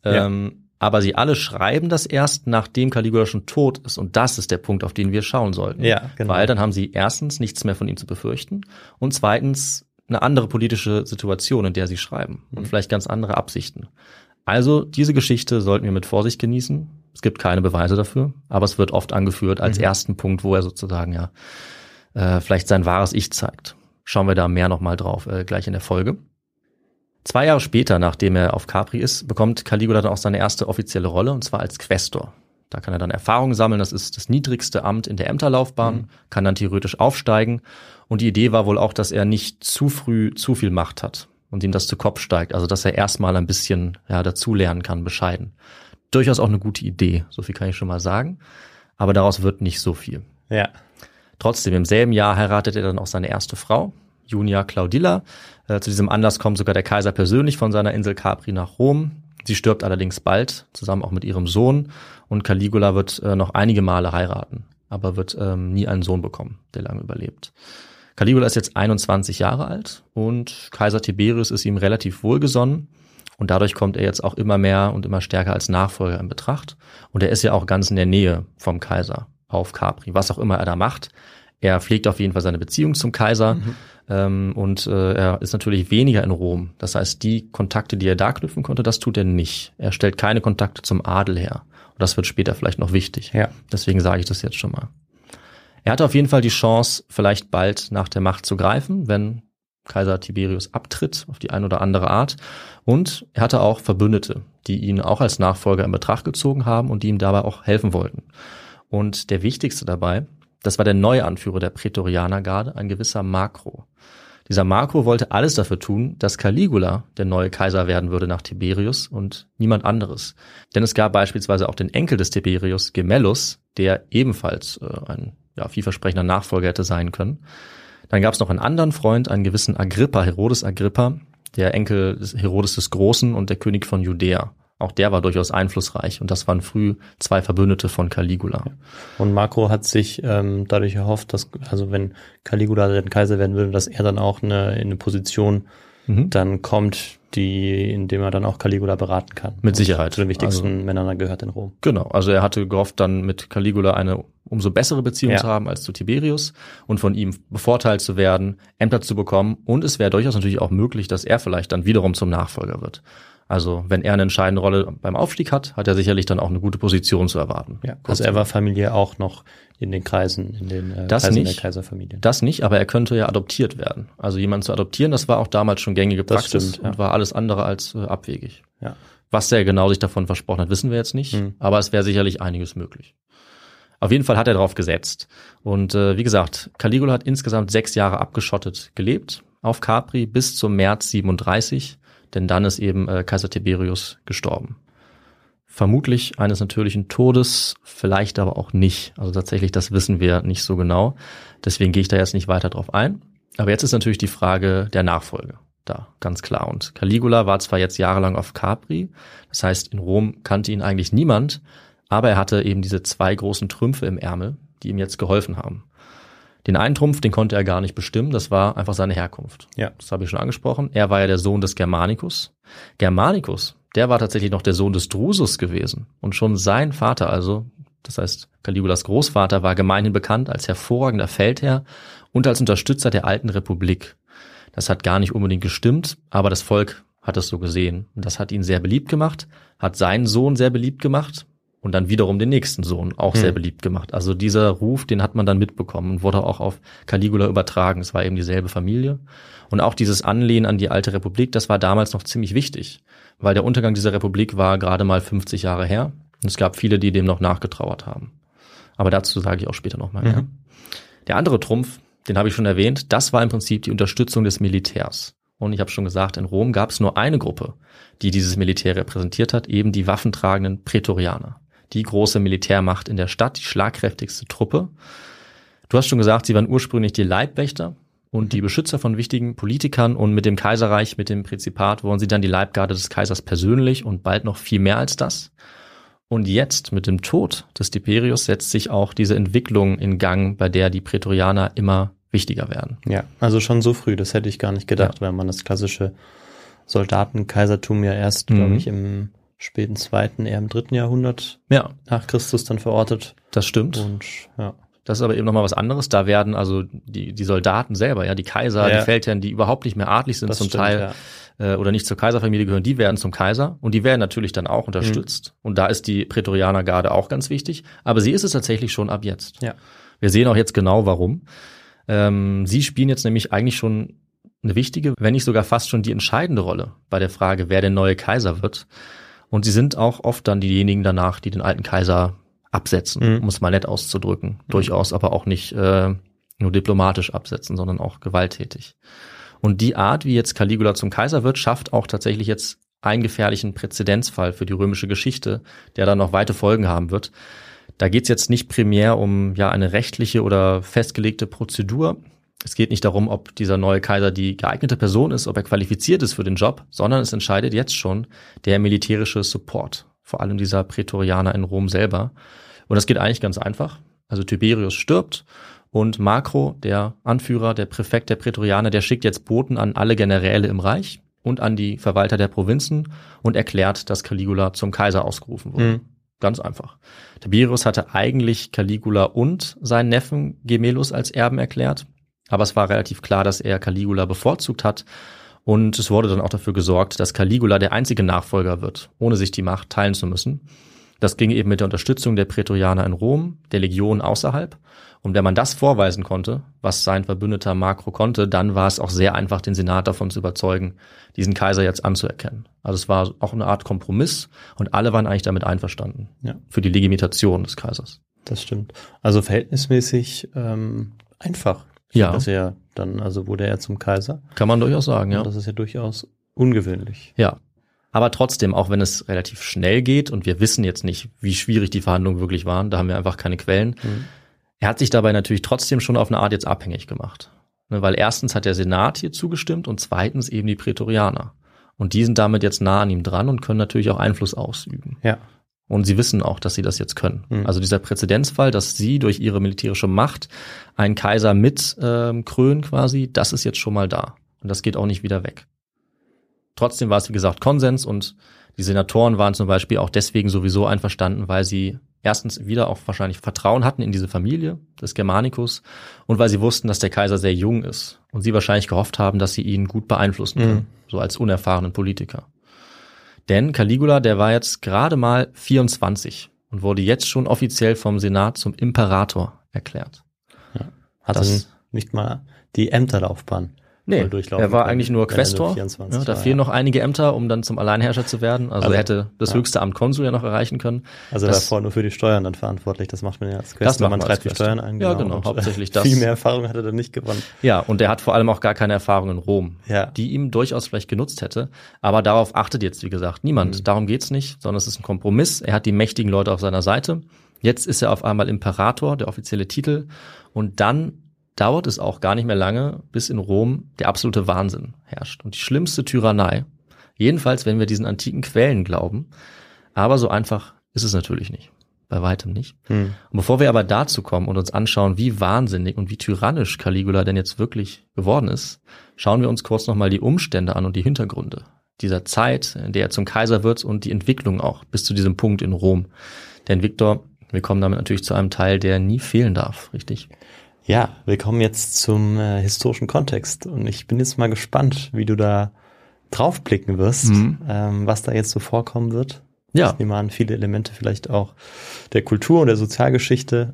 aber sie alle schreiben das erst, nachdem Caligula schon tot ist, und das ist der Punkt, auf den wir schauen sollten. Ja, genau. Weil dann haben sie erstens nichts mehr von ihm zu befürchten und zweitens eine andere politische Situation, in der sie schreiben und vielleicht ganz andere Absichten. Also diese Geschichte sollten wir mit Vorsicht genießen. Es gibt keine Beweise dafür, aber es wird oft angeführt als ersten Punkt, wo er sozusagen vielleicht sein wahres Ich zeigt. Schauen wir da mehr nochmal drauf, gleich in der Folge. 2 Jahre später, nachdem er auf Capri ist, bekommt Caligula dann auch seine erste offizielle Rolle, und zwar als Quästor. Da kann er dann Erfahrung sammeln, das ist das niedrigste Amt in der Ämterlaufbahn, kann dann theoretisch aufsteigen. Und die Idee war wohl auch, dass er nicht zu früh zu viel Macht hat und ihm das zu Kopf steigt. Also dass er erstmal ein bisschen dazulernen kann, bescheiden. Durchaus auch eine gute Idee, so viel kann ich schon mal sagen. Aber daraus wird nicht so viel. Ja. Trotzdem, im selben Jahr heiratet er dann auch seine erste Frau, Junia Claudilla. Zu diesem Anlass kommt sogar der Kaiser persönlich von seiner Insel Capri nach Rom. Sie stirbt allerdings bald, zusammen auch mit ihrem Sohn. Und Caligula wird noch einige Male heiraten, aber wird nie einen Sohn bekommen, der lange überlebt. Caligula ist jetzt 21 Jahre alt und Kaiser Tiberius ist ihm relativ wohlgesonnen. Und dadurch kommt er jetzt auch immer mehr und immer stärker als Nachfolger in Betracht. Und er ist ja auch ganz in der Nähe vom Kaiser. auf Capri, was auch immer er da macht. Er pflegt auf jeden Fall seine Beziehung zum Kaiser und er ist natürlich weniger in Rom. Das heißt, die Kontakte, die er da knüpfen konnte, das tut er nicht. Er stellt keine Kontakte zum Adel her. Und das wird später vielleicht noch wichtig. Ja. Deswegen sage ich das jetzt schon mal. Er hatte auf jeden Fall die Chance, vielleicht bald nach der Macht zu greifen, wenn Kaiser Tiberius abtritt, auf die eine oder andere Art. Und er hatte auch Verbündete, die ihn auch als Nachfolger in Betracht gezogen haben und die ihm dabei auch helfen wollten. Und der wichtigste dabei, das war der neue Anführer der Prätorianergarde, ein gewisser Macro. Dieser Macro wollte alles dafür tun, dass Caligula der neue Kaiser werden würde nach Tiberius und niemand anderes. Denn es gab beispielsweise auch den Enkel des Tiberius, Gemellus, der ebenfalls ein vielversprechender Nachfolger hätte sein können. Dann gab es noch einen anderen Freund, einen gewissen Agrippa, Herodes Agrippa, der Enkel des Herodes des Großen und der König von Judäa. Auch der war durchaus einflussreich und das waren früh 2 Verbündete von Caligula. Und Macro hat sich dadurch erhofft, dass, also wenn Caligula der Kaiser werden würde, dass er dann auch in eine Position dann kommt, indem er dann auch Caligula beraten kann. Mit Sicherheit. Zu den wichtigsten Männern gehört in Rom. Genau, also er hatte gehofft, dann mit Caligula eine umso bessere Beziehung zu haben als zu Tiberius und von ihm bevorteilt zu werden, Ämter zu bekommen und es wäre durchaus natürlich auch möglich, dass er vielleicht dann wiederum zum Nachfolger wird. Also wenn er eine entscheidende Rolle beim Aufstieg hat er sicherlich dann auch eine gute Position zu erwarten. Ja, also er war familiär auch noch in den Kreisen, in den Kreisen der Kaiserfamilie. Das nicht, aber er könnte ja adoptiert werden. Also jemanden zu adoptieren, das war auch damals schon gängige Praxis und war alles andere als abwegig. Ja. Was er genau sich davon versprochen hat, wissen wir jetzt nicht, aber es wäre sicherlich einiges möglich. Auf jeden Fall hat er darauf gesetzt. Und wie gesagt, Caligula hat insgesamt 6 Jahre abgeschottet gelebt auf Capri bis zum März 37, denn dann ist eben Kaiser Tiberius gestorben. Vermutlich eines natürlichen Todes, vielleicht aber auch nicht. Also tatsächlich, das wissen wir nicht so genau. Deswegen gehe ich da jetzt nicht weiter drauf ein. Aber jetzt ist natürlich die Frage der Nachfolge da, ganz klar. Und Caligula war zwar jetzt jahrelang auf Capri, das heißt, in Rom kannte ihn eigentlich niemand, aber er hatte eben diese 2 großen Trümpfe im Ärmel, die ihm jetzt geholfen haben. Den einen Trumpf, den konnte er gar nicht bestimmen, das war einfach seine Herkunft. Ja. Das habe ich schon angesprochen. Er war ja der Sohn des Germanicus. Germanicus, der war tatsächlich noch der Sohn des Drusus gewesen. Und schon sein Vater, also, das heißt Caligulas Großvater, war gemeinhin bekannt als hervorragender Feldherr und als Unterstützer der alten Republik. Das hat gar nicht unbedingt gestimmt, aber das Volk hat es so gesehen. Und das hat ihn sehr beliebt gemacht, hat seinen Sohn sehr beliebt gemacht. Und dann wiederum den nächsten Sohn auch sehr beliebt gemacht. Also dieser Ruf, den hat man dann mitbekommen und wurde auch auf Caligula übertragen. Es war eben dieselbe Familie. Und auch dieses Anlehnen an die alte Republik, das war damals noch ziemlich wichtig. Weil der Untergang dieser Republik war gerade mal 50 Jahre her. Und es gab viele, die dem noch nachgetrauert haben. Aber dazu sage ich auch später nochmal mehr. Der andere Trumpf, den habe ich schon erwähnt, das war im Prinzip die Unterstützung des Militärs. Und ich habe schon gesagt, in Rom gab es nur eine Gruppe, die dieses Militär repräsentiert hat, eben die waffentragenden Prätorianer. Die große Militärmacht in der Stadt, die schlagkräftigste Truppe. Du hast schon gesagt, sie waren ursprünglich die Leibwächter und die Beschützer von wichtigen Politikern und mit dem Kaiserreich, mit dem Prinzipat wurden sie dann die Leibgarde des Kaisers persönlich und bald noch viel mehr als das. Und jetzt mit dem Tod des Tiberius setzt sich auch diese Entwicklung in Gang, bei der die Prätorianer immer wichtiger werden. Ja, also schon so früh, das hätte ich gar nicht gedacht, weil man das klassische Soldatenkaisertum ja erst, glaube ich, im späten 2., eher im 3. Jahrhundert nach Christus dann verortet. Das stimmt. Und das ist aber eben nochmal was anderes. Da werden also die Soldaten selber, die Kaiser, die Feldherren, die überhaupt nicht mehr adlig sind, das zum Teil oder nicht zur Kaiserfamilie gehören, die werden zum Kaiser und die werden natürlich dann auch unterstützt. Und da ist die Prätorianergarde auch ganz wichtig. Aber sie ist es tatsächlich schon ab jetzt. Ja. Wir sehen auch jetzt genau, warum. Sie spielen jetzt nämlich eigentlich schon eine wichtige, wenn nicht sogar fast schon die entscheidende Rolle bei der Frage, wer der neue Kaiser wird. Und sie sind auch oft dann diejenigen danach, die den alten Kaiser absetzen, um es mal nett auszudrücken. Durchaus aber auch nicht nur diplomatisch absetzen, sondern auch gewalttätig. Und die Art, wie jetzt Caligula zum Kaiser wird, schafft auch tatsächlich jetzt einen gefährlichen Präzedenzfall für die römische Geschichte, der dann noch weite Folgen haben wird. Da geht es jetzt nicht primär um eine rechtliche oder festgelegte Prozedur. Es geht nicht darum, ob dieser neue Kaiser die geeignete Person ist, ob er qualifiziert ist für den Job, sondern es entscheidet jetzt schon der militärische Support, vor allem dieser Prätorianer in Rom selber. Und das geht eigentlich ganz einfach. Also Tiberius stirbt und Macro, der Anführer, der Präfekt der Prätorianer, der schickt jetzt Boten an alle Generäle im Reich. und an die Verwalter der Provinzen und erklärt, dass Caligula zum Kaiser ausgerufen wurde. Ganz einfach. Tiberius hatte eigentlich Caligula und seinen Neffen Gemellus als Erben erklärt, aber es war relativ klar, dass er Caligula bevorzugt hat und es wurde dann auch dafür gesorgt, dass Caligula der einzige Nachfolger wird, ohne sich die Macht teilen zu müssen. Das ging eben mit der Unterstützung der Prätorianer in Rom, der Legionen außerhalb. Und wenn man das vorweisen konnte, was sein Verbündeter Macro konnte, dann war es auch sehr einfach, den Senat davon zu überzeugen, diesen Kaiser jetzt anzuerkennen. Also es war auch eine Art Kompromiss und alle waren eigentlich damit einverstanden, für die Legitimation des Kaisers. Das stimmt. Also verhältnismäßig einfach. Ja. Dass er dann, also wurde er zum Kaiser. Kann man durchaus sagen, ja. Und das ist ja durchaus ungewöhnlich. Ja. Aber trotzdem, auch wenn es relativ schnell geht und wir wissen jetzt nicht, wie schwierig die Verhandlungen wirklich waren, da haben wir einfach keine Quellen. Er hat sich dabei natürlich trotzdem schon auf eine Art jetzt abhängig gemacht. Weil erstens hat der Senat hier zugestimmt und zweitens eben die Prätorianer. Und die sind damit jetzt nah an ihm dran und können natürlich auch Einfluss ausüben. Ja. Und sie wissen auch, dass sie das jetzt können. Also dieser Präzedenzfall, dass sie durch ihre militärische Macht einen Kaiser mit krönen quasi, das ist jetzt schon mal da. Und das geht auch nicht wieder weg. Trotzdem war es, wie gesagt, Konsens und die Senatoren waren zum Beispiel auch deswegen sowieso einverstanden, weil sie erstens wieder auch wahrscheinlich Vertrauen hatten in diese Familie des Germanicus und weil sie wussten, dass der Kaiser sehr jung ist und sie wahrscheinlich gehofft haben, dass sie ihn gut beeinflussen können, so als unerfahrenen Politiker. Denn Caligula, der war jetzt gerade mal 24 und wurde jetzt schon offiziell vom Senat zum Imperator erklärt. Ja. Hatte nicht mal die Ämterlaufbahn. Nee, er war eigentlich nur Quästor. Da fehlen noch einige Ämter, um dann zum Alleinherrscher zu werden. Also er hätte das höchste Amt Konsul ja noch erreichen können. Also er war vorher nur für die Steuern dann verantwortlich. Das macht man ja als Quästor. Man treibt die Steuern ein. Ja, genau, hauptsächlich das. Viel mehr Erfahrung hat er dann nicht gewonnen. Ja, und er hat vor allem auch gar keine Erfahrung in Rom, die ihm durchaus vielleicht genutzt hätte. Aber darauf achtet jetzt, wie gesagt, niemand. Darum geht's nicht, sondern es ist ein Kompromiss. Er hat die mächtigen Leute auf seiner Seite. Jetzt ist er auf einmal Imperator, der offizielle Titel. Und dann dauert es auch gar nicht mehr lange, bis in Rom der absolute Wahnsinn herrscht und die schlimmste Tyrannei. Jedenfalls, wenn wir diesen antiken Quellen glauben. Aber so einfach ist es natürlich nicht. Bei weitem nicht. Und bevor wir aber dazu kommen und uns anschauen, wie wahnsinnig und wie tyrannisch Caligula denn jetzt wirklich geworden ist, schauen wir uns kurz nochmal die Umstände an und die Hintergründe dieser Zeit, in der er zum Kaiser wird und die Entwicklung auch bis zu diesem Punkt in Rom. Denn Viktor, wir kommen damit natürlich zu einem Teil, der nie fehlen darf, richtig? Ja, wir kommen jetzt zum historischen Kontext und ich bin jetzt mal gespannt, wie du da draufblicken wirst, was da jetzt so vorkommen wird. Ja. Ich nehme an, viele Elemente vielleicht auch der Kultur und der Sozialgeschichte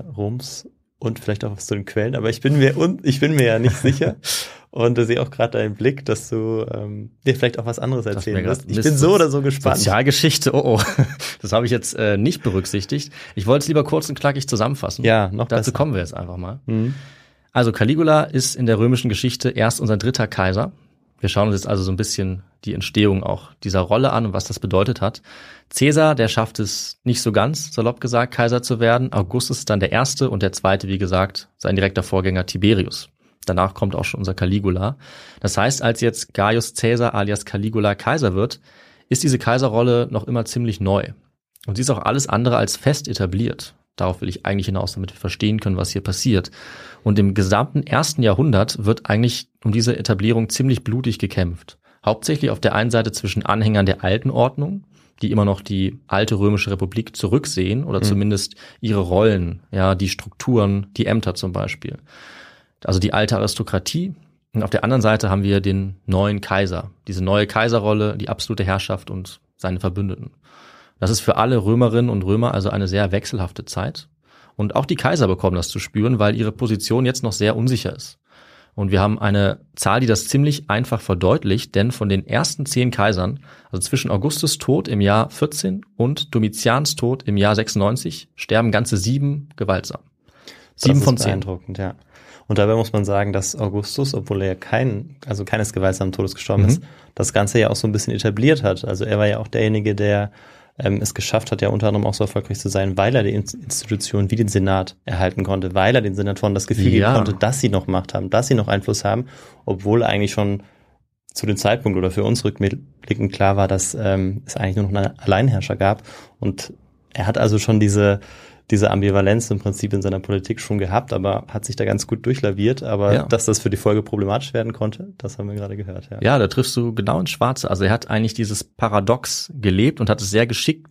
Roms und vielleicht auch was zu den Quellen, aber ich bin mir ja nicht sicher und sehe auch gerade deinen Blick, dass du dir vielleicht auch was anderes erzählen wirst. Ich bin so oder so gespannt. Sozialgeschichte, das habe ich jetzt nicht berücksichtigt. Ich wollte es lieber kurz und knackig zusammenfassen. Ja, noch Dazu besser. kommen wir jetzt einfach mal. Also Caligula ist in der römischen Geschichte erst unser 3. Kaiser. Wir schauen uns jetzt also so ein bisschen die Entstehung auch dieser Rolle an und was das bedeutet hat. Caesar, der schafft es nicht so ganz, salopp gesagt, Kaiser zu werden. Augustus ist dann der erste und der zweite, wie gesagt, sein direkter Vorgänger Tiberius. Danach kommt auch schon unser Caligula. Das heißt, als jetzt Gaius Caesar alias Caligula Kaiser wird, ist diese Kaiserrolle noch immer ziemlich neu. Und sie ist auch alles andere als fest etabliert. Darauf will ich eigentlich hinaus, damit wir verstehen können, was hier passiert. Und im gesamten 1. Jahrhundert wird eigentlich um diese Etablierung ziemlich blutig gekämpft. Hauptsächlich auf der einen Seite zwischen Anhängern der alten Ordnung, die immer noch die alte römische Republik zurücksehen oder zumindest ihre Rollen, ja, die Strukturen, die Ämter zum Beispiel. Also die alte Aristokratie. Und auf der anderen Seite haben wir den neuen Kaiser, diese neue Kaiserrolle, die absolute Herrschaft und seine Verbündeten. Das ist für alle Römerinnen und Römer also eine sehr wechselhafte Zeit. Und auch die Kaiser bekommen das zu spüren, weil ihre Position jetzt noch sehr unsicher ist. Und wir haben eine Zahl, die das ziemlich einfach verdeutlicht, denn von den ersten 10 Kaisern, also zwischen Augustus Tod im Jahr 14 und Domitians Tod im Jahr 96, sterben ganze 7 gewaltsam. 7 von 10. Beeindruckend, ja. Und dabei muss man sagen, dass Augustus, obwohl er keines gewaltsamen Todes gestorben ist, das Ganze ja auch so ein bisschen etabliert hat. Also er war ja auch derjenige, der es geschafft hat, ja unter anderem auch so erfolgreich zu sein, weil er die Institutionen wie den Senat erhalten konnte, weil er den Senatoren das Gefühl geben konnte, dass sie noch Macht haben, dass sie noch Einfluss haben, obwohl eigentlich schon zu dem Zeitpunkt oder für uns rückblickend klar war, dass es eigentlich nur noch einen Alleinherrscher gab. Und er hat also schon diese Ambivalenz im Prinzip in seiner Politik schon gehabt, aber hat sich da ganz gut durchlaviert. Aber dass das für die Folge problematisch werden konnte, das haben wir gerade gehört. Ja, da triffst du genau ins Schwarze. Also er hat eigentlich dieses Paradox gelebt und hat es sehr geschickt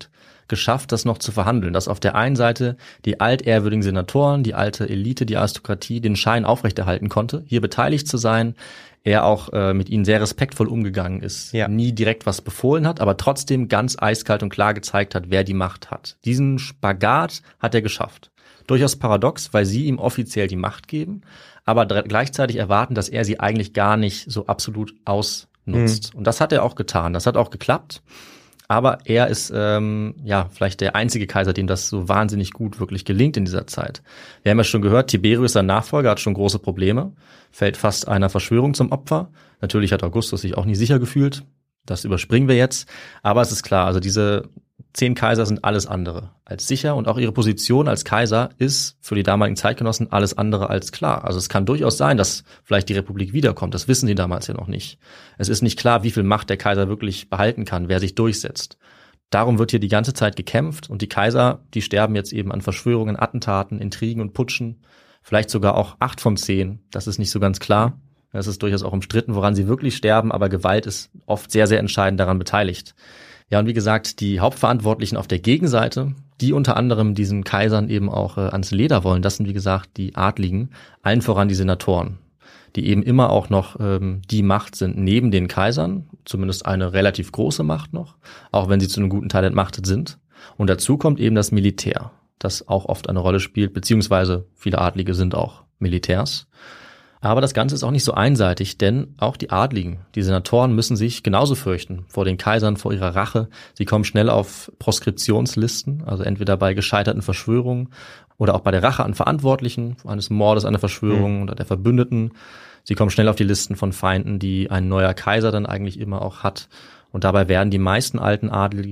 geschafft, das noch zu verhandeln, dass auf der einen Seite die altehrwürdigen Senatoren, die alte Elite, die Aristokratie den Schein aufrechterhalten konnte, hier beteiligt zu sein, er auch mit ihnen sehr respektvoll umgegangen ist, nie direkt was befohlen hat, aber trotzdem ganz eiskalt und klar gezeigt hat, wer die Macht hat. Diesen Spagat hat er geschafft. Durchaus paradox, weil sie ihm offiziell die Macht geben, aber gleichzeitig erwarten, dass er sie eigentlich gar nicht so absolut ausnutzt. Und das hat er auch getan, das hat auch geklappt. Aber er ist vielleicht der einzige Kaiser, dem das so wahnsinnig gut wirklich gelingt in dieser Zeit. Wir haben ja schon gehört, Tiberius, sein Nachfolger, hat schon große Probleme, fällt fast einer Verschwörung zum Opfer. Natürlich hat Augustus sich auch nie sicher gefühlt, das überspringen wir jetzt. Aber es ist klar, also diese 10 Kaiser sind alles andere als sicher und auch ihre Position als Kaiser ist für die damaligen Zeitgenossen alles andere als klar. Also es kann durchaus sein, dass vielleicht die Republik wiederkommt. Das wissen sie damals ja noch nicht. Es ist nicht klar, wie viel Macht der Kaiser wirklich behalten kann, wer sich durchsetzt. Darum wird hier die ganze Zeit gekämpft und die Kaiser, die sterben jetzt eben an Verschwörungen, Attentaten, Intrigen und Putschen. Vielleicht sogar auch 8 von 10. Das ist nicht so ganz klar. Es ist durchaus auch umstritten, woran sie wirklich sterben, aber Gewalt ist oft sehr, sehr entscheidend daran beteiligt. Ja, und wie gesagt, die Hauptverantwortlichen auf der Gegenseite, die unter anderem diesen Kaisern eben auch ans Leder wollen, das sind wie gesagt die Adligen, allen voran die Senatoren, die eben immer auch noch die Macht sind neben den Kaisern, zumindest eine relativ große Macht noch, auch wenn sie zu einem guten Teil entmachtet sind. Und dazu kommt eben das Militär, das auch oft eine Rolle spielt, beziehungsweise viele Adlige sind auch Militärs. Aber das Ganze ist auch nicht so einseitig, denn auch die Adligen, die Senatoren müssen sich genauso fürchten vor den Kaisern, vor ihrer Rache. Sie kommen schnell auf Proskriptionslisten, also entweder bei gescheiterten Verschwörungen oder auch bei der Rache an Verantwortlichen, eines Mordes, einer Verschwörung oder der Verbündeten. Sie kommen schnell auf die Listen von Feinden, die ein neuer Kaiser dann eigentlich immer auch hat. Und dabei werden die meisten alten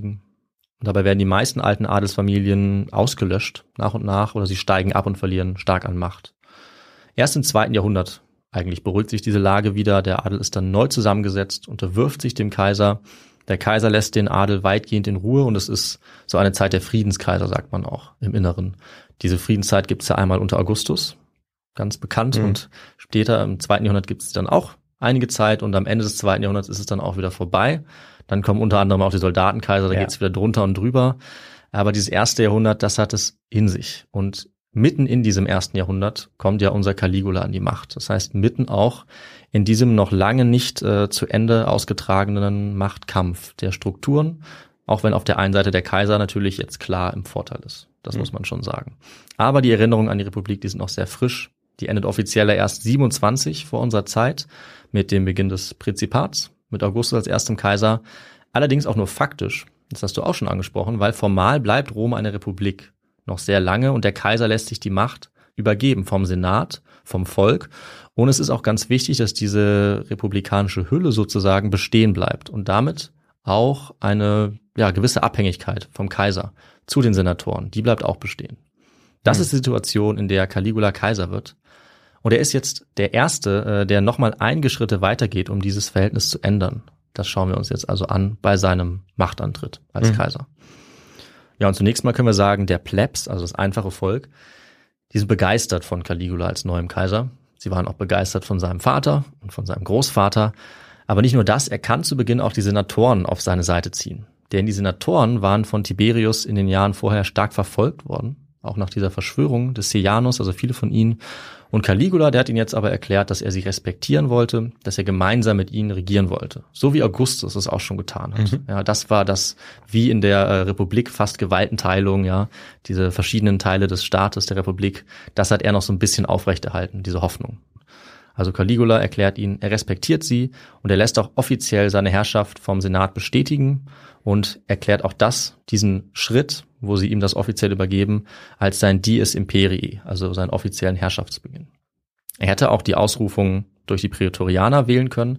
Adelsfamilien ausgelöscht, nach und nach, oder sie steigen ab und verlieren stark an Macht. Erst im 2. Jahrhundert eigentlich beruhigt sich diese Lage wieder. Der Adel ist dann neu zusammengesetzt, unterwirft sich dem Kaiser. Der Kaiser lässt den Adel weitgehend in Ruhe und es ist so eine Zeit der Friedenskaiser, sagt man auch im Inneren. Diese Friedenszeit gibt es ja einmal unter Augustus, ganz bekannt. Und später im 2. Jahrhundert gibt es dann auch einige Zeit und am Ende des 2. Jahrhunderts ist es dann auch wieder vorbei. Dann kommen unter anderem auch die Soldatenkaiser, da geht es wieder drunter und drüber. Aber dieses 1. Jahrhundert, das hat es in sich. Und mitten in diesem 1. Jahrhundert kommt ja unser Caligula an die Macht. Das heißt, mitten auch in diesem noch lange nicht zu Ende ausgetragenen Machtkampf der Strukturen, auch wenn auf der einen Seite der Kaiser natürlich jetzt klar im Vorteil ist. Das muss man schon sagen. Aber die Erinnerungen an die Republik, die sind noch sehr frisch. Die endet offiziell erst 27 vor unserer Zeit mit dem Beginn des Prinzipats, mit Augustus als erstem Kaiser. Allerdings auch nur faktisch, das hast du auch schon angesprochen, weil formal bleibt Rom eine Republik noch sehr lange und der Kaiser lässt sich die Macht übergeben vom Senat, vom Volk. Und es ist auch ganz wichtig, dass diese republikanische Hülle sozusagen bestehen bleibt und damit auch eine gewisse Abhängigkeit vom Kaiser zu den Senatoren, die bleibt auch bestehen. Das ist die Situation, in der Caligula Kaiser wird. Und er ist jetzt der Erste, der nochmal einige Schritte weitergeht, um dieses Verhältnis zu ändern. Das schauen wir uns jetzt also an bei seinem Machtantritt als Kaiser. Ja, und zunächst mal können wir sagen, der Plebs, also das einfache Volk, die sind begeistert von Caligula als neuem Kaiser. Sie waren auch begeistert von seinem Vater und von seinem Großvater. Aber nicht nur das, er kann zu Beginn auch die Senatoren auf seine Seite ziehen. Denn die Senatoren waren von Tiberius in den Jahren vorher stark verfolgt worden, auch nach dieser Verschwörung des Sejanus, also viele von ihnen. Und Caligula, der hat ihnen jetzt aber erklärt, dass er sie respektieren wollte, dass er gemeinsam mit ihnen regieren wollte. So wie Augustus es auch schon getan hat. Ja, das war das, wie in der Republik, fast Gewaltenteilung, ja, diese verschiedenen Teile des Staates der Republik, das hat er noch so ein bisschen aufrechterhalten, diese Hoffnung. Also Caligula erklärt ihnen, er respektiert sie und er lässt auch offiziell seine Herrschaft vom Senat bestätigen und erklärt auch diesen Schritt, wo sie ihm das offiziell übergeben, als sein Dies Imperii, also seinen offiziellen Herrschaftsbeginn. Er hätte auch die Ausrufung durch die Prätorianer wählen können.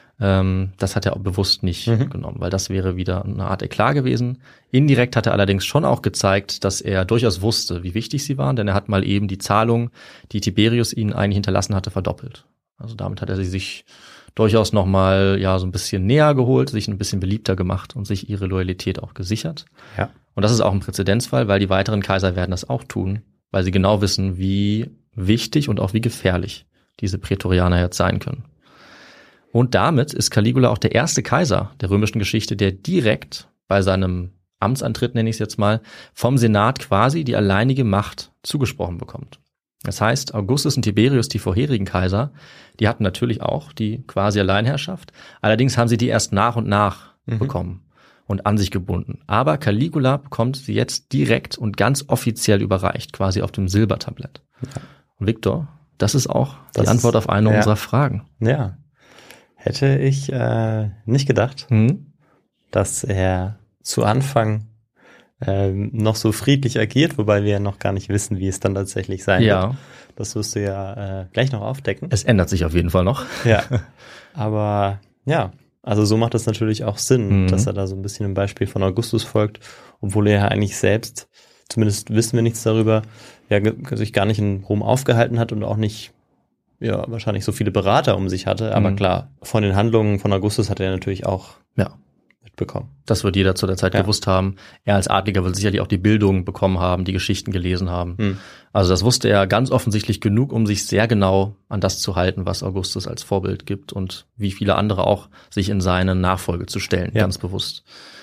Das hat er auch bewusst nicht genommen, weil das wäre wieder eine Art Eklat gewesen. Indirekt hat er allerdings schon auch gezeigt, dass er durchaus wusste, wie wichtig sie waren, denn er hat mal eben die Zahlung, die Tiberius ihnen eigentlich hinterlassen hatte, verdoppelt. Also damit hat er sie sich durchaus nochmal so ein bisschen näher geholt, sich ein bisschen beliebter gemacht und sich ihre Loyalität auch gesichert. Ja. Und das ist auch ein Präzedenzfall, weil die weiteren Kaiser werden das auch tun, weil sie genau wissen, wie wichtig und auch wie gefährlich diese Prätorianer jetzt sein können. Und damit ist Caligula auch der erste Kaiser der römischen Geschichte, der direkt bei seinem Amtsantritt nenne ich es jetzt mal, vom Senat quasi die alleinige Macht zugesprochen bekommt. Das heißt, Augustus und Tiberius, die vorherigen Kaiser, die hatten natürlich auch die quasi Alleinherrschaft. Allerdings haben sie die erst nach und nach bekommen und an sich gebunden. Aber Caligula bekommt sie jetzt direkt und ganz offiziell überreicht, quasi auf dem Silbertablett. Ja. Und Viktor, das ist auch die Antwort auf eine unserer Fragen. Ja, hätte ich nicht gedacht, dass er zu Anfang noch so friedlich agiert, wobei wir ja noch gar nicht wissen, wie es dann tatsächlich sein wird. Das wirst du ja gleich noch aufdecken. Es ändert sich auf jeden Fall noch. Ja, aber ja, also so macht es natürlich auch Sinn, dass er da so ein bisschen dem Beispiel von Augustus folgt, obwohl er ja eigentlich selbst, zumindest wissen wir nichts darüber, ja sich gar nicht in Rom aufgehalten hat und auch nicht wahrscheinlich so viele Berater um sich hatte. Aber klar, von den Handlungen von Augustus hat er natürlich auch mitbekommen. Das wird jeder zu der Zeit gewusst haben. Er als Adliger wird sicherlich auch die Bildung bekommen haben, die Geschichten gelesen haben. Also das wusste er ganz offensichtlich genug, um sich sehr genau an das zu halten, was Augustus als Vorbild gibt und wie viele andere auch sich in seine Nachfolge zu stellen, ganz bewusst.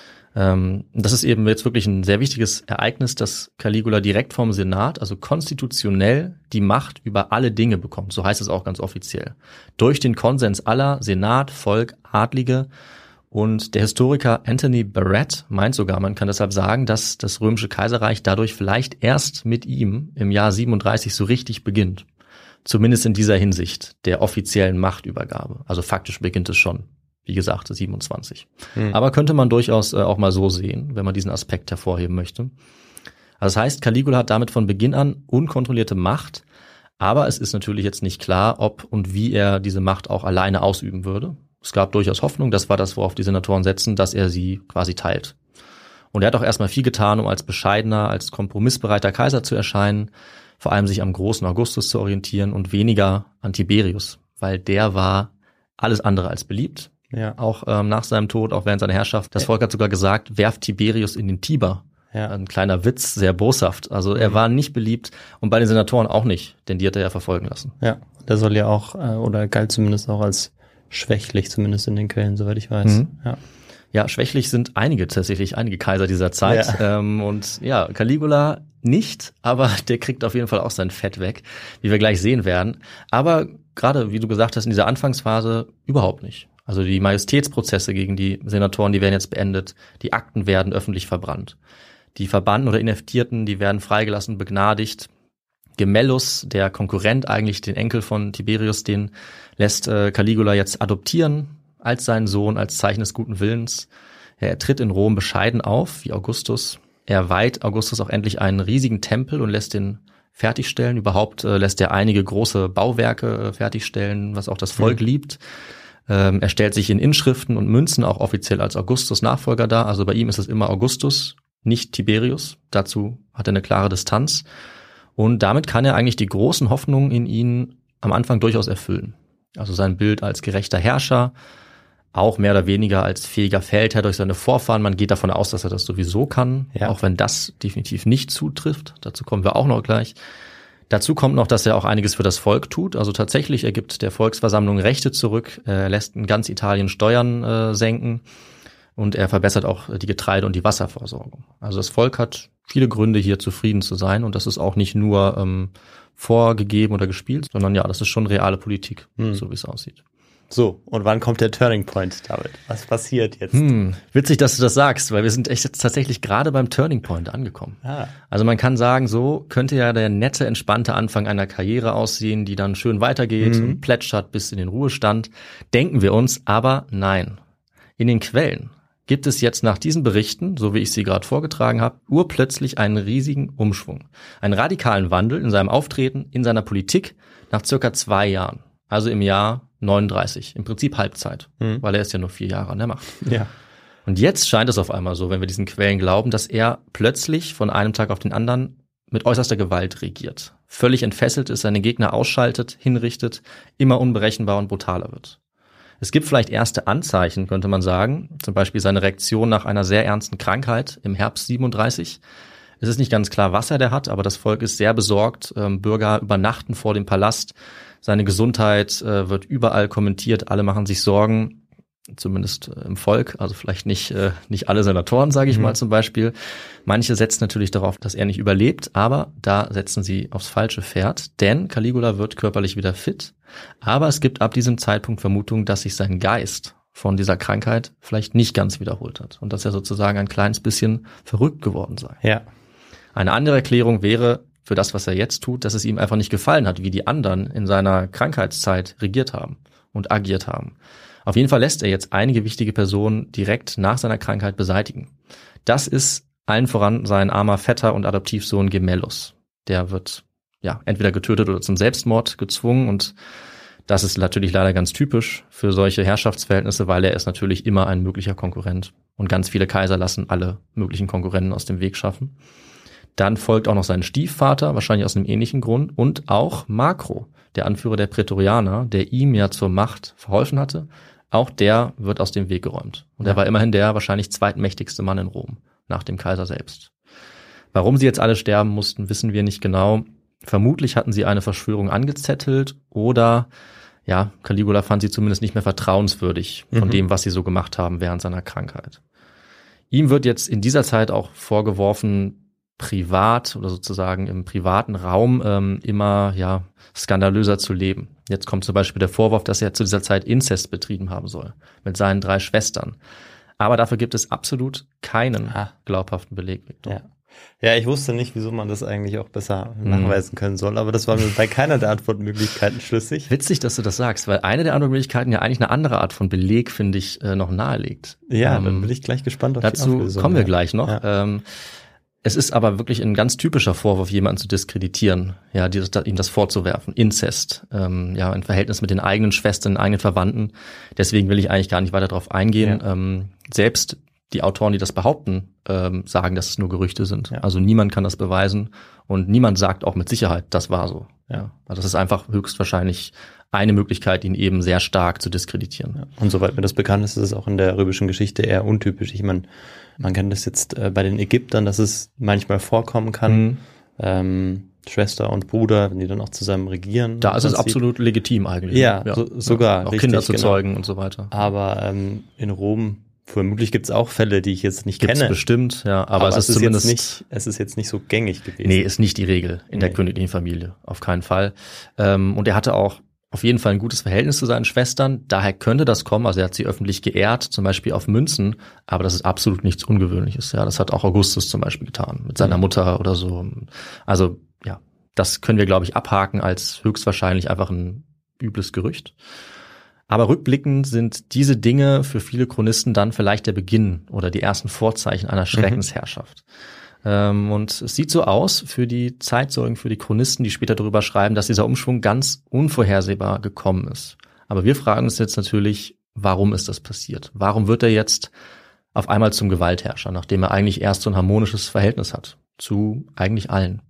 Das ist eben jetzt wirklich ein sehr wichtiges Ereignis, dass Caligula direkt vom Senat, also konstitutionell, die Macht über alle Dinge bekommt. So heißt es auch ganz offiziell. Durch den Konsens aller, Senat, Volk, Adlige. Und der Historiker Anthony Barrett meint sogar, man kann deshalb sagen, dass das Römische Kaiserreich dadurch vielleicht erst mit ihm im Jahr 37 so richtig beginnt. Zumindest in dieser Hinsicht der offiziellen Machtübergabe. Also faktisch beginnt es schon, wie gesagt, 27. Aber könnte man durchaus auch mal so sehen, wenn man diesen Aspekt hervorheben möchte. Also das heißt, Caligula hat damit von Beginn an unkontrollierte Macht, aber es ist natürlich jetzt nicht klar, ob und wie er diese Macht auch alleine ausüben würde. Es gab durchaus Hoffnung, das war das, worauf die Senatoren setzen, dass er sie quasi teilt. Und er hat auch erstmal viel getan, um als bescheidener, als kompromissbereiter Kaiser zu erscheinen, vor allem sich am großen Augustus zu orientieren und weniger an Tiberius, weil der war alles andere als beliebt. Ja. Auch nach seinem Tod, auch während seiner Herrschaft. Das Volk hat sogar gesagt, werft Tiberius in den Tiber. Ja. Ein kleiner Witz, sehr boshaft. Also er war nicht beliebt und bei den Senatoren auch nicht, denn die hat er ja verfolgen lassen. Ja, der soll ja auch, oder galt zumindest auch als schwächlich, zumindest in den Quellen, soweit ich weiß. Ja, schwächlich sind einige Kaiser dieser Zeit. Ja. Und ja, Caligula nicht, aber der kriegt auf jeden Fall auch sein Fett weg, wie wir gleich sehen werden. Aber gerade, wie du gesagt hast, in dieser Anfangsphase überhaupt nicht. Also die Majestätsprozesse gegen die Senatoren, die werden jetzt beendet. Die Akten werden öffentlich verbrannt. Die Verbannten oder Inhaftierten, die werden freigelassen, begnadigt. Gemellus, der Konkurrent eigentlich, den Enkel von Tiberius, den lässt Caligula jetzt adoptieren als seinen Sohn, als Zeichen des guten Willens. Er tritt in Rom bescheiden auf, wie Augustus. Er weiht Augustus auch endlich einen riesigen Tempel und lässt den fertigstellen. Überhaupt lässt er einige große Bauwerke fertigstellen, was auch das Volk liebt. Er stellt sich in Inschriften und Münzen auch offiziell als Augustus Nachfolger dar. Also bei ihm ist es immer Augustus, nicht Tiberius. Dazu hat er eine klare Distanz. Und damit kann er eigentlich die großen Hoffnungen in ihn am Anfang durchaus erfüllen. Also sein Bild als gerechter Herrscher, auch mehr oder weniger als fähiger Feldherr durch seine Vorfahren. Man geht davon aus, dass er das sowieso kann, auch wenn das definitiv nicht zutrifft. Dazu kommen wir auch noch gleich. Dazu kommt noch, dass er auch einiges für das Volk tut. Also tatsächlich, er gibt der Volksversammlung Rechte zurück, er lässt in ganz Italien Steuern senken und er verbessert auch die Getreide- und die Wasserversorgung. Also das Volk hat viele Gründe, hier zufrieden zu sein und das ist auch nicht nur vorgegeben oder gespielt, sondern ja, das ist schon reale Politik, so wie es aussieht. So, und wann kommt der Turning Point, David? Was passiert jetzt? Witzig, dass du das sagst, weil wir sind echt jetzt tatsächlich gerade beim Turning Point angekommen. Also man kann sagen, so könnte ja der nette, entspannte Anfang einer Karriere aussehen, die dann schön weitergeht und plätschert bis in den Ruhestand. Denken wir uns, aber nein. In den Quellen gibt es jetzt nach diesen Berichten, so wie ich sie gerade vorgetragen habe, urplötzlich einen riesigen Umschwung. Einen radikalen Wandel in seinem Auftreten, in seiner Politik nach circa 2 Jahren. Also im Jahr 39, im Prinzip Halbzeit, weil er ist ja nur 4 Jahre an der Macht. Ja. Und jetzt scheint es auf einmal so, wenn wir diesen Quellen glauben, dass er plötzlich von einem Tag auf den anderen mit äußerster Gewalt regiert. Völlig entfesselt ist, seine Gegner ausschaltet, hinrichtet, immer unberechenbar und brutaler wird. Es gibt vielleicht erste Anzeichen, könnte man sagen, zum Beispiel seine Reaktion nach einer sehr ernsten Krankheit im Herbst 37. Es ist nicht ganz klar, was er da hat, aber das Volk ist sehr besorgt. Bürger übernachten vor dem Palast. Seine Gesundheit wird überall kommentiert. Alle machen sich Sorgen. zumindest im Volk, also vielleicht nicht alle Senatoren, sage ich mal zum Beispiel. Manche setzen natürlich darauf, dass er nicht überlebt, aber da setzen sie aufs falsche Pferd, denn Caligula wird körperlich wieder fit, aber es gibt ab diesem Zeitpunkt Vermutungen, dass sich sein Geist von dieser Krankheit vielleicht nicht ganz wiederholt hat und dass er sozusagen ein kleines bisschen verrückt geworden sei. Ja. Eine andere Erklärung wäre für das, was er jetzt tut, dass es ihm einfach nicht gefallen hat, wie die anderen in seiner Krankheitszeit regiert haben und agiert haben. Auf jeden Fall lässt er jetzt einige wichtige Personen direkt nach seiner Krankheit beseitigen. Das ist allen voran sein armer Vetter und Adoptivsohn Gemellus. Der wird entweder getötet oder zum Selbstmord gezwungen und das ist natürlich leider ganz typisch für solche Herrschaftsverhältnisse, weil er ist natürlich immer ein möglicher Konkurrent und ganz viele Kaiser lassen alle möglichen Konkurrenten aus dem Weg schaffen. Dann folgt auch noch sein Stiefvater, wahrscheinlich aus einem ähnlichen Grund, und auch Macro, der Anführer der Prätorianer, der ihm ja zur Macht verholfen hatte. Auch der wird aus dem Weg geräumt. Und er war immerhin der wahrscheinlich zweitmächtigste Mann in Rom, nach dem Kaiser selbst. Warum sie jetzt alle sterben mussten, wissen wir nicht genau. Vermutlich hatten sie eine Verschwörung angezettelt oder Caligula fand sie zumindest nicht mehr vertrauenswürdig von dem, was sie so gemacht haben während seiner Krankheit. Ihm wird jetzt in dieser Zeit auch vorgeworfen, privat oder sozusagen im privaten Raum immer skandalöser zu leben. Jetzt kommt zum Beispiel der Vorwurf, dass er zu dieser Zeit Inzest betrieben haben soll mit seinen 3 Schwestern. Aber dafür gibt es absolut keinen glaubhaften Beleg, Victor. Ja, ich wusste nicht, wieso man das eigentlich auch besser nachweisen können soll, aber das war mir bei keiner der Antwortmöglichkeiten schlüssig. Witzig, dass du das sagst, weil eine der Antwortmöglichkeiten ja eigentlich eine andere Art von Beleg, finde ich, noch nahelegt. Ja, dann bin ich gleich gespannt auf die Auflösung. Dazu kommen wir gleich noch. Ja. Es ist aber wirklich ein ganz typischer Vorwurf, jemanden zu diskreditieren, ihm das vorzuwerfen, Inzest, ein Verhältnis mit den eigenen Schwestern, den eigenen Verwandten. Deswegen will ich eigentlich gar nicht weiter darauf eingehen. Ja. Selbst die Autoren, die das behaupten, sagen, dass es nur Gerüchte sind. Ja. Also niemand kann das beweisen und niemand sagt auch mit Sicherheit, das war so. Ja. Also das ist einfach höchstwahrscheinlich eine Möglichkeit, ihn eben sehr stark zu diskreditieren. Ja. Und soweit mir das bekannt ist, ist es auch in der römischen Geschichte eher untypisch. Ich meine, man kennt das jetzt bei den Ägyptern, dass es manchmal vorkommen kann. Schwester und Bruder, wenn die dann auch zusammen regieren. Da ist es absolut legitim eigentlich. Ja, sogar. Auch richtig, Kinder zu zeugen und so weiter. Aber in Rom vermutlich gibt es auch Fälle, die ich jetzt nicht kenne. Bestimmt, ja. Aber es ist zumindest es ist jetzt nicht so gängig gewesen. Nee, ist nicht die Regel in der königlichen Familie. Auf keinen Fall. Und er hatte auch auf jeden Fall ein gutes Verhältnis zu seinen Schwestern. Daher könnte das kommen. Also er hat sie öffentlich geehrt, zum Beispiel auf Münzen. Aber das ist absolut nichts Ungewöhnliches. Ja, das hat auch Augustus zum Beispiel getan mit seiner Mutter oder so. Also das können wir, glaube ich, abhaken als höchstwahrscheinlich einfach ein übles Gerücht. Aber rückblickend sind diese Dinge für viele Chronisten dann vielleicht der Beginn oder die ersten Vorzeichen einer Schreckensherrschaft. Und es sieht so aus für die Zeitzeugen, für die Chronisten, die später darüber schreiben, dass dieser Umschwung ganz unvorhersehbar gekommen ist. Aber wir fragen uns jetzt natürlich, warum ist das passiert? Warum wird er jetzt auf einmal zum Gewaltherrscher, nachdem er eigentlich erst so ein harmonisches Verhältnis hat zu eigentlich allen?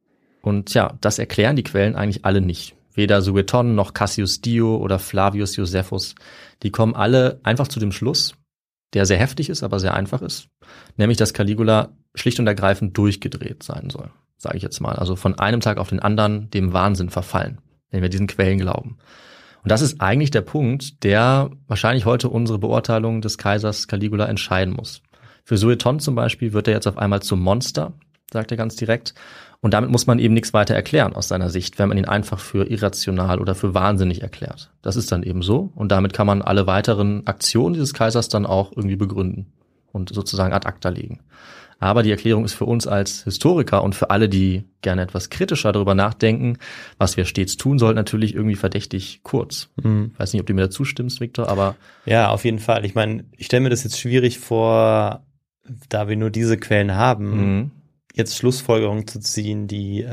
Und das erklären die Quellen eigentlich alle nicht. Weder Sueton noch Cassius Dio oder Flavius Josephus, die kommen alle einfach zu dem Schluss, der sehr heftig ist, aber sehr einfach ist, nämlich dass Caligula schlicht und ergreifend durchgedreht sein soll, sage ich jetzt mal. Also von einem Tag auf den anderen dem Wahnsinn verfallen, wenn wir diesen Quellen glauben. Und das ist eigentlich der Punkt, der wahrscheinlich heute unsere Beurteilung des Kaisers Caligula entscheiden muss. Für Sueton zum Beispiel wird er jetzt auf einmal zum Monster, sagt er ganz direkt. Und damit muss man eben nichts weiter erklären aus seiner Sicht, wenn man ihn einfach für irrational oder für wahnsinnig erklärt. Das ist dann eben so. Und damit kann man alle weiteren Aktionen dieses Kaisers dann auch irgendwie begründen und sozusagen ad acta legen. Aber die Erklärung ist für uns als Historiker und für alle, die gerne etwas kritischer darüber nachdenken, was wir stets tun sollten, natürlich irgendwie verdächtig kurz. Weiß nicht, ob du mir dazu stimmst, Victor, aber... Ja, auf jeden Fall. Ich meine, ich stelle mir das jetzt schwierig vor, da wir nur diese Quellen haben, jetzt Schlussfolgerungen zu ziehen, die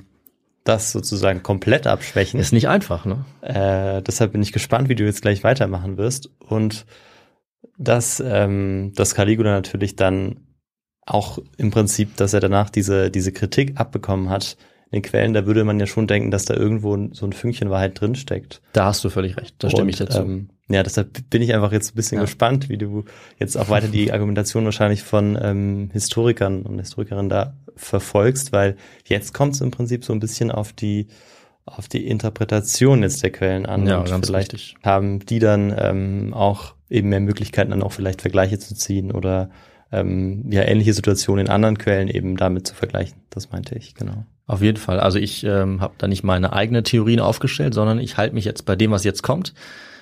das sozusagen komplett abschwächen. Ist nicht einfach, ne? Deshalb bin ich gespannt, wie du jetzt gleich weitermachen wirst. Und dass Caligula natürlich dann auch im Prinzip, dass er danach diese Kritik abbekommen hat in den Quellen, da würde man ja schon denken, dass da irgendwo so ein Fünkchen Wahrheit drinsteckt. Da hast du völlig recht, da stimme ich dazu. Deshalb bin ich einfach jetzt ein bisschen gespannt, wie du jetzt auch weiter die Argumentation wahrscheinlich von Historikern und Historikerinnen da verfolgst, weil jetzt kommt es im Prinzip so ein bisschen auf die Interpretation jetzt der Quellen an. Ja, und ganz vielleicht richtig. haben die dann auch eben mehr Möglichkeiten dann auch vielleicht Vergleiche zu ziehen oder ähnliche Situationen in anderen Quellen eben damit zu vergleichen. Das meinte ich, genau. Auf jeden Fall. Also ich habe da nicht meine eigenen Theorien aufgestellt, sondern ich halte mich jetzt bei dem, was jetzt kommt,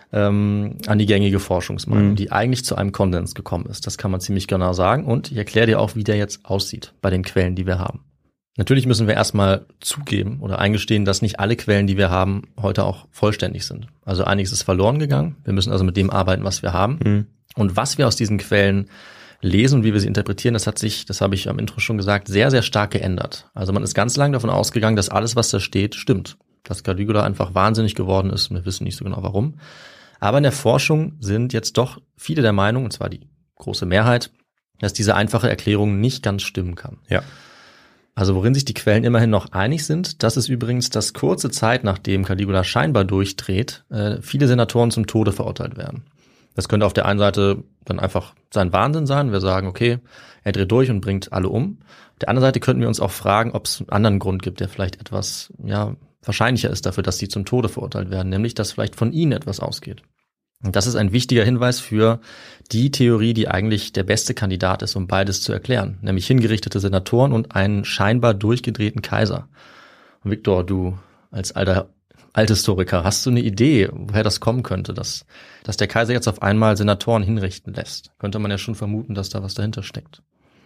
an die gängige Forschungsmeinung, die eigentlich zu einem Konsens gekommen ist. Das kann man ziemlich genau sagen. Und ich erkläre dir auch, wie der jetzt aussieht bei den Quellen, die wir haben. Natürlich müssen wir erstmal zugeben oder eingestehen, dass nicht alle Quellen, die wir haben, heute auch vollständig sind. Also einiges ist verloren gegangen. Wir müssen also mit dem arbeiten, was wir haben. Und was wir aus diesen Quellen lesen und wie wir sie interpretieren, das hat sich, das habe ich am Intro schon gesagt, sehr, sehr stark geändert. Also man ist ganz lange davon ausgegangen, dass alles, was da steht, stimmt. Dass Caligula einfach wahnsinnig geworden ist. Wir wissen nicht so genau, warum. Aber in der Forschung sind jetzt doch viele der Meinung, und zwar die große Mehrheit, dass diese einfache Erklärung nicht ganz stimmen kann. Ja. Also worin sich die Quellen immerhin noch einig sind, das ist übrigens, dass kurze Zeit nachdem Caligula scheinbar durchdreht, viele Senatoren zum Tode verurteilt werden. Das könnte auf der einen Seite dann einfach sein Wahnsinn sein. Wir sagen, okay, er dreht durch und bringt alle um. Auf der anderen Seite könnten wir uns auch fragen, ob es einen anderen Grund gibt, der vielleicht etwas wahrscheinlicher ist dafür, dass sie zum Tode verurteilt werden, nämlich dass vielleicht von ihnen etwas ausgeht. Und das ist ein wichtiger Hinweis für die Theorie, die eigentlich der beste Kandidat ist, um beides zu erklären, nämlich hingerichtete Senatoren und einen scheinbar durchgedrehten Kaiser. Und Viktor, du als Althistoriker, hast du eine Idee, woher das kommen könnte, dass der Kaiser jetzt auf einmal Senatoren hinrichten lässt? Könnte man ja schon vermuten, dass da was dahinter steckt.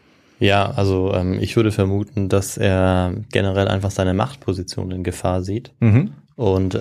Ja, also ich würde vermuten, dass er generell einfach seine Machtposition in Gefahr sieht und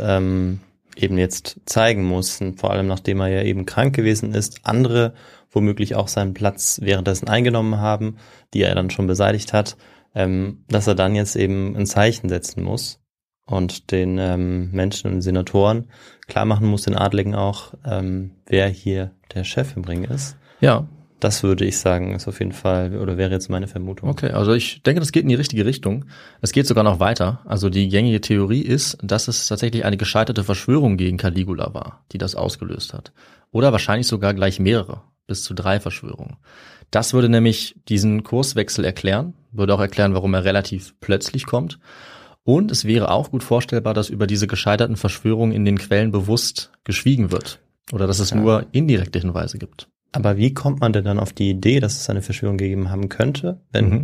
eben jetzt zeigen muss, und vor allem nachdem er ja eben krank gewesen ist, andere womöglich auch seinen Platz währenddessen eingenommen haben, die er dann schon beseitigt hat, dass er dann jetzt eben ein Zeichen setzen muss und den Menschen und Senatoren klar machen muss, den Adligen auch, wer hier der Chef im Ring ist. Ja. Das würde ich sagen, ist auf jeden Fall, oder wäre jetzt meine Vermutung. Okay, also ich denke, das geht in die richtige Richtung. Es geht sogar noch weiter. Also die gängige Theorie ist, dass es tatsächlich eine gescheiterte Verschwörung gegen Caligula war, die das ausgelöst hat. Oder wahrscheinlich sogar gleich mehrere, bis zu 3 Verschwörungen. Das würde nämlich diesen Kurswechsel erklären, würde auch erklären, warum er relativ plötzlich kommt. Und es wäre auch gut vorstellbar, dass über diese gescheiterten Verschwörungen in den Quellen bewusst geschwiegen wird. Oder dass es nur indirekte Hinweise gibt. Aber wie kommt man denn dann auf die Idee, dass es eine Verschwörung gegeben haben könnte, wenn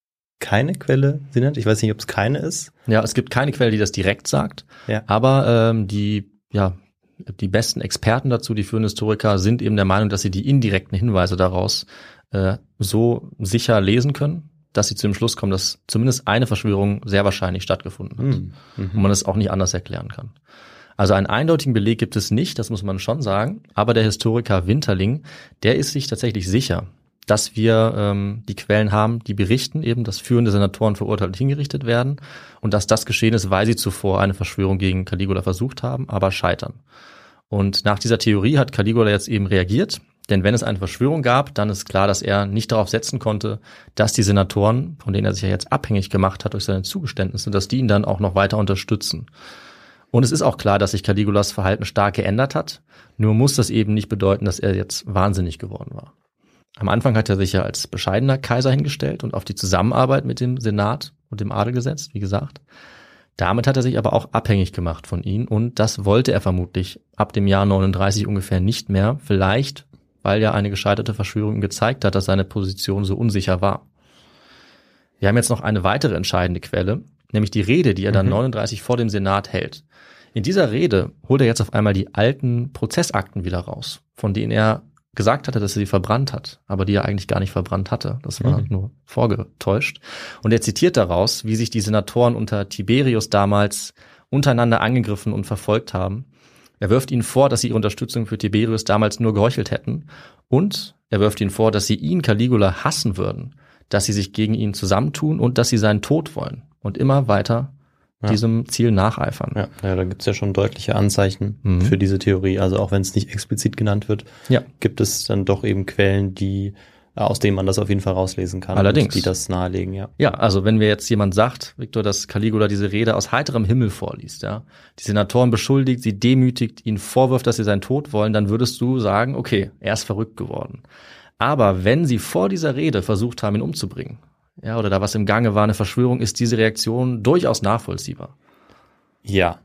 keine Quelle sie nennt? Ich weiß nicht, ob es keine ist. Ja, es gibt keine Quelle, die das direkt sagt. Ja. Aber die besten Experten dazu, die führenden Historiker, sind eben der Meinung, dass sie die indirekten Hinweise daraus so sicher lesen können, dass sie zu dem Schluss kommen, dass zumindest eine Verschwörung sehr wahrscheinlich stattgefunden hat. Und man es auch nicht anders erklären kann. Also einen eindeutigen Beleg gibt es nicht, das muss man schon sagen. Aber der Historiker Winterling, der ist sich tatsächlich sicher, dass wir die Quellen haben, die berichten eben, dass führende Senatoren verurteilt und hingerichtet werden und dass das geschehen ist, weil sie zuvor eine Verschwörung gegen Caligula versucht haben, aber scheitern. Und nach dieser Theorie hat Caligula jetzt eben reagiert, denn wenn es eine Verschwörung gab, dann ist klar, dass er nicht darauf setzen konnte, dass die Senatoren, von denen er sich ja jetzt abhängig gemacht hat durch seine Zugeständnisse, dass die ihn dann auch noch weiter unterstützen. Und es ist auch klar, dass sich Caligulas Verhalten stark geändert hat, nur muss das eben nicht bedeuten, dass er jetzt wahnsinnig geworden war. Am Anfang hat er sich ja als bescheidener Kaiser hingestellt und auf die Zusammenarbeit mit dem Senat und dem Adel gesetzt, wie gesagt. Damit hat er sich aber auch abhängig gemacht von ihnen und das wollte er vermutlich ab dem Jahr 39 ungefähr nicht mehr, vielleicht weil ja eine gescheiterte Verschwörung ihm gezeigt hat, dass seine Position so unsicher war. Wir haben jetzt noch eine weitere entscheidende Quelle, nämlich die Rede, die er dann 39 vor dem Senat hält. In dieser Rede holt er jetzt auf einmal die alten Prozessakten wieder raus, von denen er gesagt hatte, dass er sie verbrannt hat, aber die er eigentlich gar nicht verbrannt hatte. Das war nur vorgetäuscht. Und er zitiert daraus, wie sich die Senatoren unter Tiberius damals untereinander angegriffen und verfolgt haben. Er wirft ihnen vor, dass sie ihre Unterstützung für Tiberius damals nur geheuchelt hätten. Und er wirft ihnen vor, dass sie ihn, Caligula, hassen würden, dass sie sich gegen ihn zusammentun und dass sie seinen Tod wollen und immer weiter diesem Ziel nacheifern. Ja, da gibt's ja schon deutliche Anzeichen für diese Theorie. Also auch wenn es nicht explizit genannt wird, gibt es dann doch eben Quellen, die aus denen man das auf jeden Fall rauslesen kann. Allerdings. Die das nahelegen, ja. Ja, also wenn mir jetzt jemand sagt, Viktor, dass Caligula diese Rede aus heiterem Himmel vorliest, ja, die Senatoren beschuldigt, sie demütigt, ihnen vorwirft, dass sie seinen Tod wollen, dann würdest du sagen, okay, er ist verrückt geworden. Aber wenn sie vor dieser Rede versucht haben, ihn umzubringen, ja, oder da was im Gange war, eine Verschwörung, ist diese Reaktion durchaus nachvollziehbar. Ja,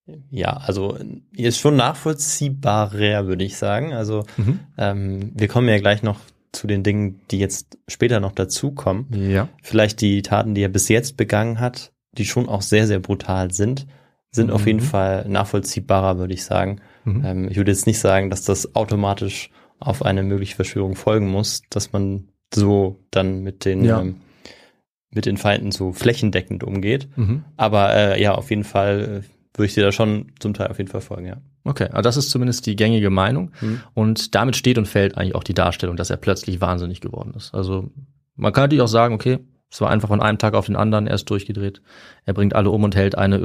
Ja, also ist schon nachvollziehbarer, würde ich sagen. Also wir kommen ja gleich noch zu den Dingen, die jetzt später noch dazukommen. Ja. Vielleicht die Taten, die er bis jetzt begangen hat, die schon auch sehr, sehr brutal sind auf jeden Fall nachvollziehbarer, würde ich sagen. Ich würde jetzt nicht sagen, dass das automatisch auf eine mögliche Verschwörung folgen muss, dass man so dann mit den Feinden so flächendeckend umgeht. Aber ja, auf jeden Fall würde ich dir da schon zum Teil auf jeden Fall folgen, ja. Okay, also das ist zumindest die gängige Meinung. Und damit steht und fällt eigentlich auch die Darstellung, dass er plötzlich wahnsinnig geworden ist. Also man kann natürlich auch sagen, okay, es war einfach von einem Tag auf den anderen, er ist durchgedreht. Er bringt alle um und hält eine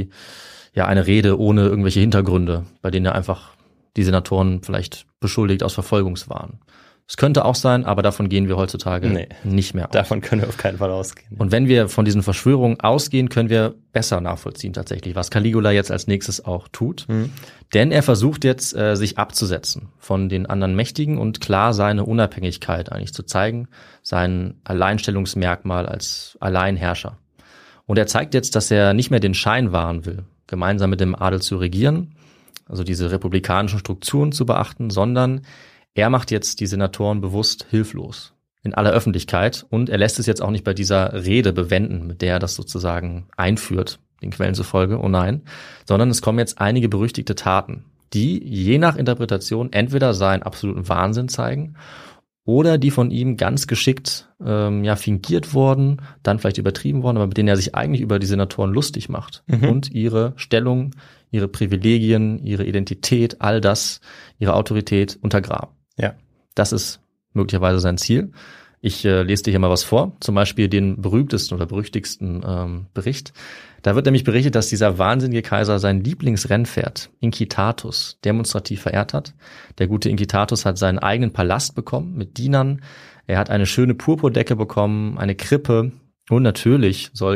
Rede ohne irgendwelche Hintergründe, bei denen er einfach die Senatoren vielleicht beschuldigt aus Verfolgungswahn. Es könnte auch sein, aber davon gehen wir heutzutage nicht mehr aus. Davon können wir auf keinen Fall ausgehen. Und wenn wir von diesen Verschwörungen ausgehen, können wir besser nachvollziehen tatsächlich, was Caligula jetzt als nächstes auch tut. Denn er versucht jetzt, sich abzusetzen von den anderen Mächtigen und klar seine Unabhängigkeit eigentlich zu zeigen, sein Alleinstellungsmerkmal als Alleinherrscher. Und er zeigt jetzt, dass er nicht mehr den Schein wahren will, gemeinsam mit dem Adel zu regieren, also diese republikanischen Strukturen zu beachten, sondern er macht jetzt die Senatoren bewusst hilflos in aller Öffentlichkeit und er lässt es jetzt auch nicht bei dieser Rede bewenden, mit der er das sozusagen einführt, den Quellen zufolge, oh nein, sondern es kommen jetzt einige berüchtigte Taten, die je nach Interpretation entweder seinen absoluten Wahnsinn zeigen oder die von ihm ganz geschickt fingiert wurden, dann vielleicht übertrieben worden, aber mit denen er sich eigentlich über die Senatoren lustig macht und ihre Stellung, ihre Privilegien, ihre Identität, all das, ihre Autorität untergraben. Ja. Das ist möglicherweise sein Ziel. Ich lese dir hier mal was vor, zum Beispiel den berühmtesten oder berüchtigsten Bericht. Da wird nämlich berichtet, dass dieser wahnsinnige Kaiser sein Lieblingsrennpferd, Incitatus, demonstrativ verehrt hat. Der gute Incitatus hat seinen eigenen Palast bekommen mit Dienern. Er hat eine schöne Purpurdecke bekommen, eine Krippe und natürlich soll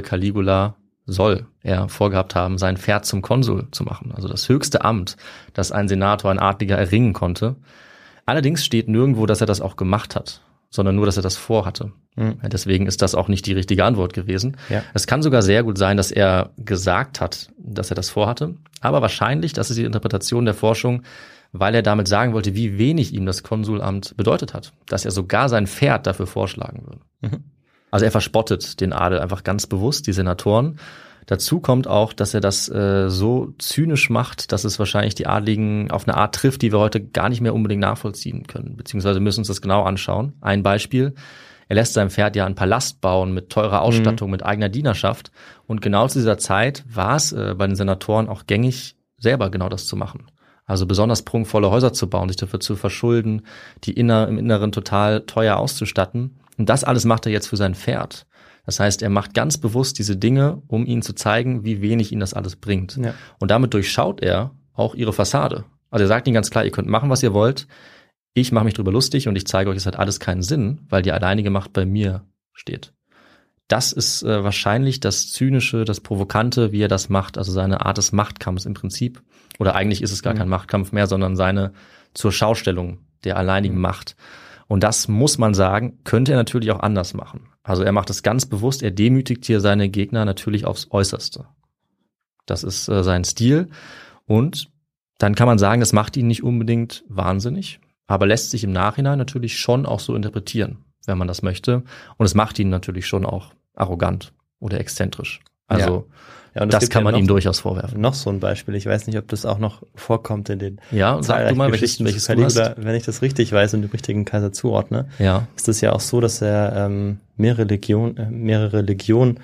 er vorgehabt haben, sein Pferd zum Konsul zu machen. Also das höchste Amt, das ein Senator, ein Adliger erringen konnte. Allerdings steht nirgendwo, dass er das auch gemacht hat, sondern nur, dass er das vorhatte. Deswegen ist das auch nicht die richtige Antwort gewesen. Ja. Es kann sogar sehr gut sein, dass er gesagt hat, dass er das vorhatte. Aber wahrscheinlich, das ist die Interpretation der Forschung, weil er damit sagen wollte, wie wenig ihm das Konsulamt bedeutet hat. Dass er sogar sein Pferd dafür vorschlagen würde. Also er verspottet den Adel einfach ganz bewusst, die Senatoren. Dazu kommt auch, dass er das so zynisch macht, dass es wahrscheinlich die Adligen auf eine Art trifft, die wir heute gar nicht mehr unbedingt nachvollziehen können. Beziehungsweise müssen uns das genau anschauen. Ein Beispiel, er lässt seinem Pferd ja einen Palast bauen mit teurer Ausstattung, mit eigener Dienerschaft. Und genau zu dieser Zeit war es bei den Senatoren auch gängig, selber genau das zu machen. Also besonders prunkvolle Häuser zu bauen, sich dafür zu verschulden, die im Inneren total teuer auszustatten. Und das alles macht er jetzt für sein Pferd. Das heißt, er macht ganz bewusst diese Dinge, um ihnen zu zeigen, wie wenig ihn das alles bringt. Ja. Und damit durchschaut er auch ihre Fassade. Also er sagt ihnen ganz klar, ihr könnt machen, was ihr wollt. Ich mache mich drüber lustig und ich zeige euch, es hat alles keinen Sinn, weil die alleinige Macht bei mir steht. Das ist wahrscheinlich das Zynische, das Provokante, wie er das macht, also seine Art des Machtkampfs im Prinzip. Oder eigentlich ist es gar kein Machtkampf mehr, sondern seine zur Schaustellung der alleinigen Macht. Und das muss man sagen, könnte er natürlich auch anders machen. Also er macht es ganz bewusst, er demütigt hier seine Gegner natürlich aufs Äußerste. Das ist sein Stil. Und dann kann man sagen, das macht ihn nicht unbedingt wahnsinnig, aber lässt sich im Nachhinein natürlich schon auch so interpretieren, wenn man das möchte. Und es macht ihn natürlich schon auch arrogant oder exzentrisch. Also ja, und das kann man ihm durchaus vorwerfen. Noch so ein Beispiel, ich weiß nicht, ob das auch noch vorkommt in den sag du mal, welches du hast. Wenn ich das richtig weiß und dem richtigen Kaiser zuordne, ist es ja auch so, dass er mehrere Legionen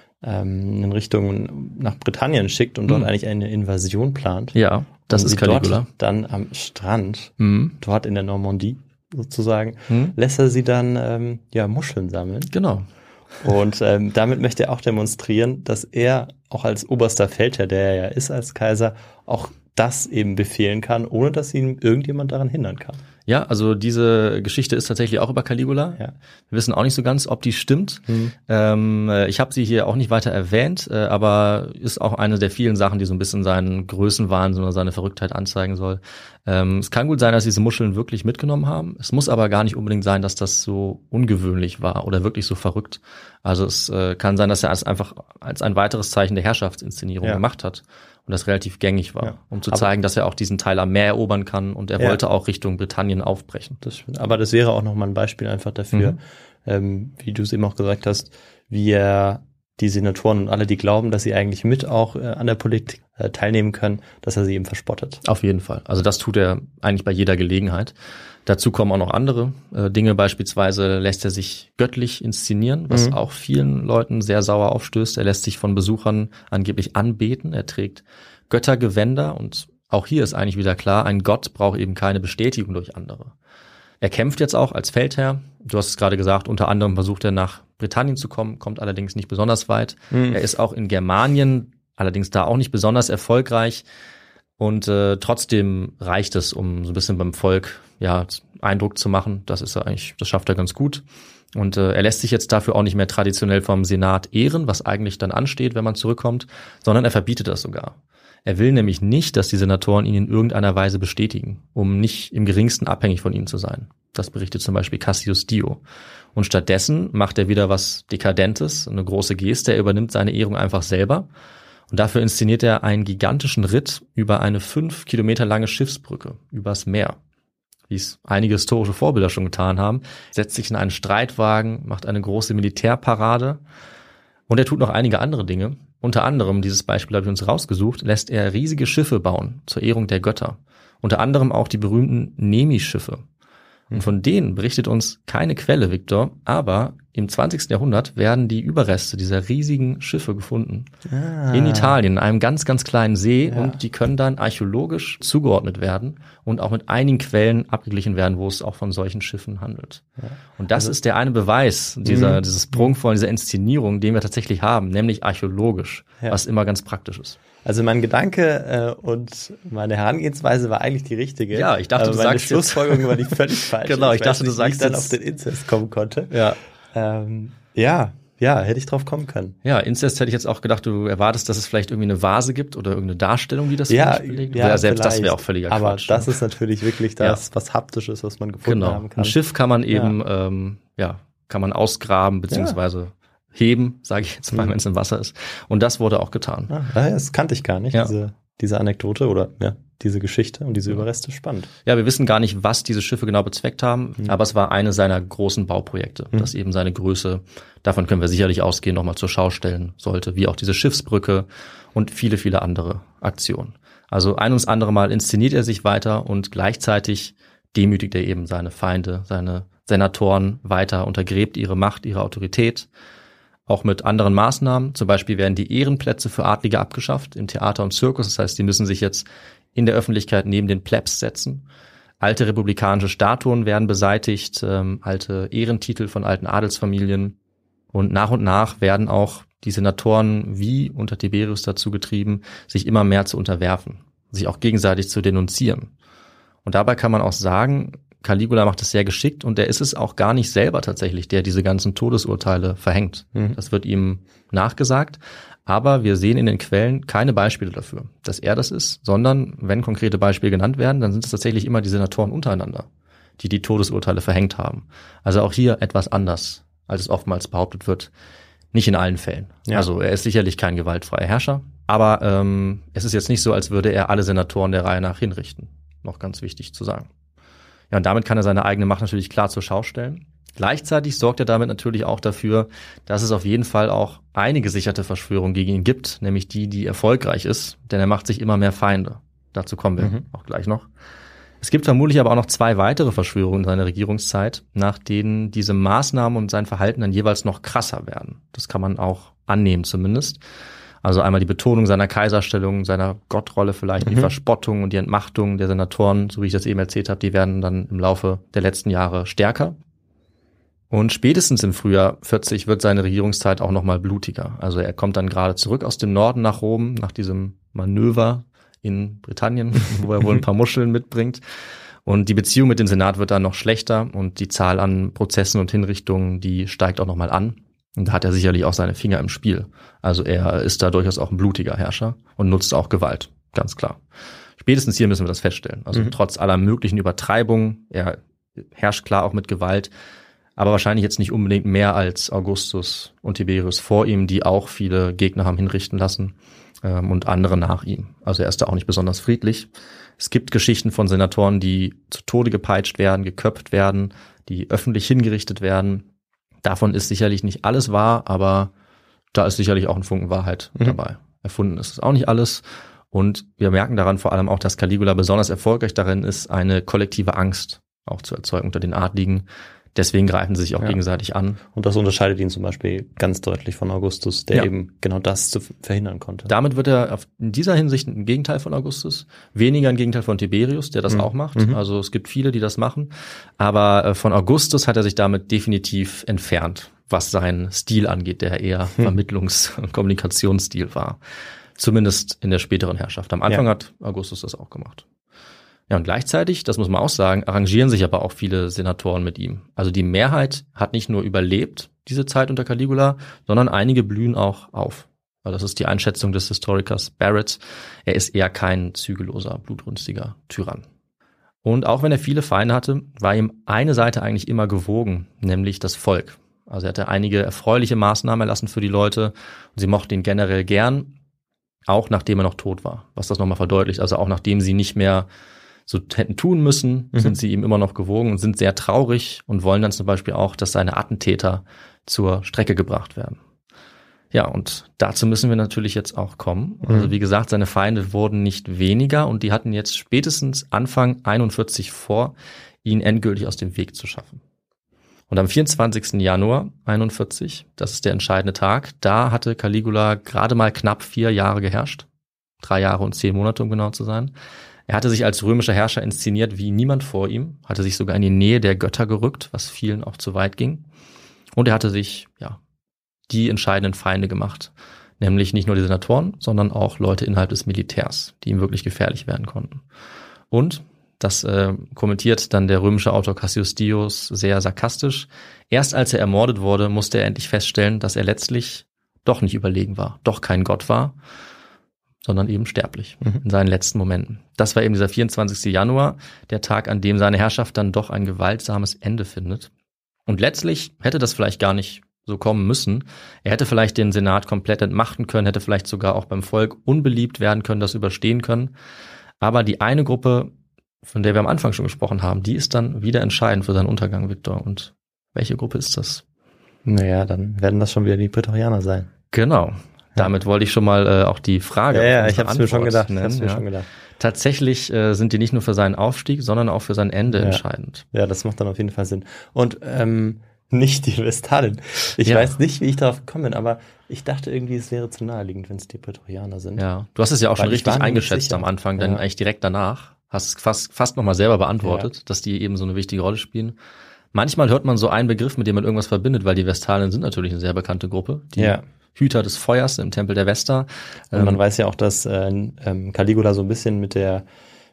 in Richtung nach Britannien schickt und dort eigentlich eine Invasion plant. Ja, das ist Caligula. Dort dann am Strand, dort in der Normandie sozusagen, lässt er sie dann Muscheln sammeln. Genau. Und damit möchte er auch demonstrieren, dass er auch als oberster Feldherr, der er ja ist als Kaiser, auch das eben befehlen kann, ohne dass ihn irgendjemand daran hindern kann. Ja, also diese Geschichte ist tatsächlich auch über Caligula. Ja. Wir wissen auch nicht so ganz, ob die stimmt. Ich habe sie hier auch nicht weiter erwähnt, aber ist auch eine der vielen Sachen, die so ein bisschen seinen Größenwahnsinn oder seine Verrücktheit anzeigen soll. Es kann gut sein, dass diese Muscheln wirklich mitgenommen haben. Es muss aber gar nicht unbedingt sein, dass das so ungewöhnlich war oder wirklich so verrückt. Also es kann sein, dass er es einfach als ein weiteres Zeichen der Herrschaftsinszenierung gemacht hat. Und das relativ gängig war, um zu zeigen, dass er auch diesen Teil am Meer erobern kann und er wollte auch Richtung Britannien aufbrechen. Das stimmt. Aber das wäre auch nochmal ein Beispiel einfach dafür, wie du es eben auch gesagt hast, wie er die Senatoren und alle, die glauben, dass sie eigentlich mit auch an der Politik teilnehmen können, dass er sie eben verspottet. Auf jeden Fall. Also das tut er eigentlich bei jeder Gelegenheit. Dazu kommen auch noch andere Dinge. Beispielsweise lässt er sich göttlich inszenieren, was auch vielen Leuten sehr sauer aufstößt. Er lässt sich von Besuchern angeblich anbeten. Er trägt Göttergewänder und auch hier ist eigentlich wieder klar, ein Gott braucht eben keine Bestätigung durch andere. Er kämpft jetzt auch als Feldherr. Du hast es gerade gesagt, unter anderem versucht er nach Britannien zu kommen, kommt allerdings nicht besonders weit. Er ist auch in Germanien, allerdings da auch nicht besonders erfolgreich. Und trotzdem reicht es, um so ein bisschen beim Volk Eindruck zu machen. Das schafft er ganz gut. Und er lässt sich jetzt dafür auch nicht mehr traditionell vom Senat ehren, was eigentlich dann ansteht, wenn man zurückkommt, sondern er verbietet das sogar. Er will nämlich nicht, dass die Senatoren ihn in irgendeiner Weise bestätigen, um nicht im geringsten abhängig von ihnen zu sein. Das berichtet zum Beispiel Cassius Dio. Und stattdessen macht er wieder was Dekadentes, eine große Geste. Er übernimmt seine Ehrung einfach selber. Und dafür inszeniert er einen gigantischen Ritt über eine 5 Kilometer lange Schiffsbrücke übers Meer, wie es einige historische Vorbilder schon getan haben, setzt sich in einen Streitwagen, macht eine große Militärparade und er tut noch einige andere Dinge. Unter anderem, dieses Beispiel habe ich uns rausgesucht, lässt er riesige Schiffe bauen zur Ehrung der Götter. Unter anderem auch die berühmten Nemi-Schiffe. Und von denen berichtet uns keine Quelle, Victor, aber im 20. Jahrhundert werden die Überreste dieser riesigen Schiffe gefunden. In Italien, in einem ganz, ganz kleinen See und die können dann archäologisch zugeordnet werden und auch mit einigen Quellen abgeglichen werden, wo es auch von solchen Schiffen handelt. Und das ist der eine Beweis dieses prunkvollen, dieser Inszenierung, den wir tatsächlich haben, nämlich archäologisch, was immer ganz praktisch ist. Also mein Gedanke und meine Herangehensweise war eigentlich die richtige. Ja, ich dachte, du meine sagst Schlussfolgerung war die völlig falsch. Genau, ich dachte, du sagst wie ich dann auf den Inzest kommen konnte. Hätte ich drauf kommen können. Ja, Inzest hätte ich jetzt auch gedacht, du erwartest, dass es vielleicht irgendwie eine Vase gibt oder irgendeine Darstellung, die das belegt. Ja, selbst vielleicht. Das wäre auch völliger Quatsch. Aber das ist natürlich wirklich das, was Haptisches, was man gefunden haben kann. Ein Schiff kann man eben, kann man ausgraben, beziehungsweise heben, sage ich jetzt mal, wenn es im Wasser ist. Und das wurde auch getan. Das kannte ich gar nicht, diese Anekdote oder diese Geschichte und diese Überreste. Spannend. Ja, wir wissen gar nicht, was diese Schiffe genau bezweckt haben, aber es war eine seiner großen Bauprojekte, das eben seine Größe, davon können wir sicherlich ausgehen, nochmal zur Schau stellen sollte, wie auch diese Schiffsbrücke und viele, viele andere Aktionen. Also ein ums andere Mal inszeniert er sich weiter und gleichzeitig demütigt er eben seine Feinde, seine Senatoren weiter, untergräbt ihre Macht, ihre Autorität. Auch mit anderen Maßnahmen. Zum Beispiel werden die Ehrenplätze für Adlige abgeschafft im Theater und Zirkus. Das heißt, die müssen sich jetzt in der Öffentlichkeit neben den Plebs setzen. Alte republikanische Statuen werden beseitigt, alte Ehrentitel von alten Adelsfamilien. Und nach werden auch die Senatoren wie unter Tiberius dazu getrieben, sich immer mehr zu unterwerfen, sich auch gegenseitig zu denunzieren. Und dabei kann man auch sagen, Caligula macht es sehr geschickt und er ist es auch gar nicht selber tatsächlich, der diese ganzen Todesurteile verhängt. Das wird ihm nachgesagt, aber wir sehen in den Quellen keine Beispiele dafür, dass er das ist, sondern wenn konkrete Beispiele genannt werden, dann sind es tatsächlich immer die Senatoren untereinander, die Todesurteile verhängt haben. Also auch hier etwas anders, als es oftmals behauptet wird. Nicht in allen Fällen. Ja. Also er ist sicherlich kein gewaltfreier Herrscher, aber es ist jetzt nicht so, als würde er alle Senatoren der Reihe nach hinrichten. Noch ganz wichtig zu sagen. Ja, und damit kann er seine eigene Macht natürlich klar zur Schau stellen. Gleichzeitig sorgt er damit natürlich auch dafür, dass es auf jeden Fall auch eine gesicherte Verschwörung gegen ihn gibt, nämlich die erfolgreich ist, denn er macht sich immer mehr Feinde. Dazu kommen wir auch gleich noch. Es gibt vermutlich aber auch noch 2 weitere Verschwörungen in seiner Regierungszeit, nach denen diese Maßnahmen und sein Verhalten dann jeweils noch krasser werden. Das kann man auch annehmen zumindest. Also einmal die Betonung seiner Kaiserstellung, seiner Gottrolle vielleicht, die Verspottung und die Entmachtung der Senatoren, so wie ich das eben erzählt habe, die werden dann im Laufe der letzten Jahre stärker. Und spätestens im Frühjahr 40 wird seine Regierungszeit auch nochmal blutiger. Also er kommt dann gerade zurück aus dem Norden nach Rom, nach diesem Manöver in Britannien, wo er wohl ein paar Muscheln mitbringt. Und die Beziehung mit dem Senat wird dann noch schlechter und die Zahl an Prozessen und Hinrichtungen, die steigt auch nochmal an. Und da hat er sicherlich auch seine Finger im Spiel. Also er ist da durchaus auch ein blutiger Herrscher und nutzt auch Gewalt, ganz klar. Spätestens hier müssen wir das feststellen. Also trotz aller möglichen Übertreibungen, er herrscht klar auch mit Gewalt, aber wahrscheinlich jetzt nicht unbedingt mehr als Augustus und Tiberius vor ihm, die auch viele Gegner haben hinrichten lassen und andere nach ihm. Also er ist da auch nicht besonders friedlich. Es gibt Geschichten von Senatoren, die zu Tode gepeitscht werden, geköpft werden, die öffentlich hingerichtet werden. Davon ist sicherlich nicht alles wahr, aber da ist sicherlich auch ein Funken Wahrheit dabei. Erfunden ist es auch nicht alles. Und wir merken daran vor allem auch, dass Caligula besonders erfolgreich darin ist, eine kollektive Angst auch zu erzeugen unter den Adligen. Deswegen greifen sie sich auch gegenseitig an. Und das unterscheidet ihn zum Beispiel ganz deutlich von Augustus, der eben genau das zu verhindern konnte. Damit wird er in dieser Hinsicht ein Gegenteil von Augustus, weniger ein Gegenteil von Tiberius, der das auch macht. Also es gibt viele, die das machen. Aber von Augustus hat er sich damit definitiv entfernt, was seinen Stil angeht, der eher Vermittlungs- und Kommunikationsstil war. Zumindest in der späteren Herrschaft. Am Anfang hat Augustus das auch gemacht. Ja, und gleichzeitig, das muss man auch sagen, arrangieren sich aber auch viele Senatoren mit ihm. Also die Mehrheit hat nicht nur überlebt, diese Zeit unter Caligula, sondern einige blühen auch auf. Also das ist die Einschätzung des Historikers Barrett. Er ist eher kein zügelloser, blutrünstiger Tyrann. Und auch wenn er viele Feinde hatte, war ihm eine Seite eigentlich immer gewogen, nämlich das Volk. Also er hatte einige erfreuliche Maßnahmen erlassen für die Leute und sie mochten ihn generell gern, auch nachdem er noch tot war. Was das nochmal verdeutlicht, also auch nachdem sie nicht mehr so hätten tun müssen, sind sie ihm immer noch gewogen und sind sehr traurig und wollen dann zum Beispiel auch, dass seine Attentäter zur Strecke gebracht werden. Ja, und dazu müssen wir natürlich jetzt auch kommen. Also wie gesagt, seine Feinde wurden nicht weniger und die hatten jetzt spätestens Anfang 41 vor, ihn endgültig aus dem Weg zu schaffen. Und am 24. Januar 41, das ist der entscheidende Tag, da hatte Caligula gerade mal knapp 4 Jahre geherrscht. 3 Jahre und 10 Monate, um genau zu sein. Er hatte sich als römischer Herrscher inszeniert wie niemand vor ihm, hatte sich sogar in die Nähe der Götter gerückt, was vielen auch zu weit ging. Und er hatte sich, die entscheidenden Feinde gemacht. Nämlich nicht nur die Senatoren, sondern auch Leute innerhalb des Militärs, die ihm wirklich gefährlich werden konnten. Und, das kommentiert dann der römische Autor Cassius Dios sehr sarkastisch, erst als er ermordet wurde, musste er endlich feststellen, dass er letztlich doch nicht überlegen war, doch kein Gott war, sondern eben sterblich in seinen letzten Momenten. Das war eben dieser 24. Januar, der Tag, an dem seine Herrschaft dann doch ein gewaltsames Ende findet. Und letztlich hätte das vielleicht gar nicht so kommen müssen. Er hätte vielleicht den Senat komplett entmachten können, hätte vielleicht sogar auch beim Volk unbeliebt werden können, das überstehen können. Aber die eine Gruppe, von der wir am Anfang schon gesprochen haben, die ist dann wieder entscheidend für seinen Untergang, Viktor. Und welche Gruppe ist das? Naja, dann werden das schon wieder die Prätorianer sein. Genau. Damit wollte ich schon mal auch die Frage. Ja, ich habe es mir schon gedacht. Tatsächlich sind die nicht nur für seinen Aufstieg, sondern auch für sein Ende entscheidend. Ja, das macht dann auf jeden Fall Sinn. Und nicht die Vestalen. Ich weiß nicht, wie ich darauf gekommen bin, aber ich dachte irgendwie, es wäre zu naheliegend, wenn es die Prätorianer sind. Ja, du hast es ja auch schon richtig eingeschätzt am Anfang, dann eigentlich direkt danach. Hast es fast nochmal selber beantwortet, dass die eben so eine wichtige Rolle spielen. Manchmal hört man so einen Begriff, mit dem man irgendwas verbindet, weil die Vestalen sind natürlich eine sehr bekannte Gruppe. Die Hüter des Feuers im Tempel der Vesta. Und man weiß ja auch, dass Caligula so ein bisschen mit der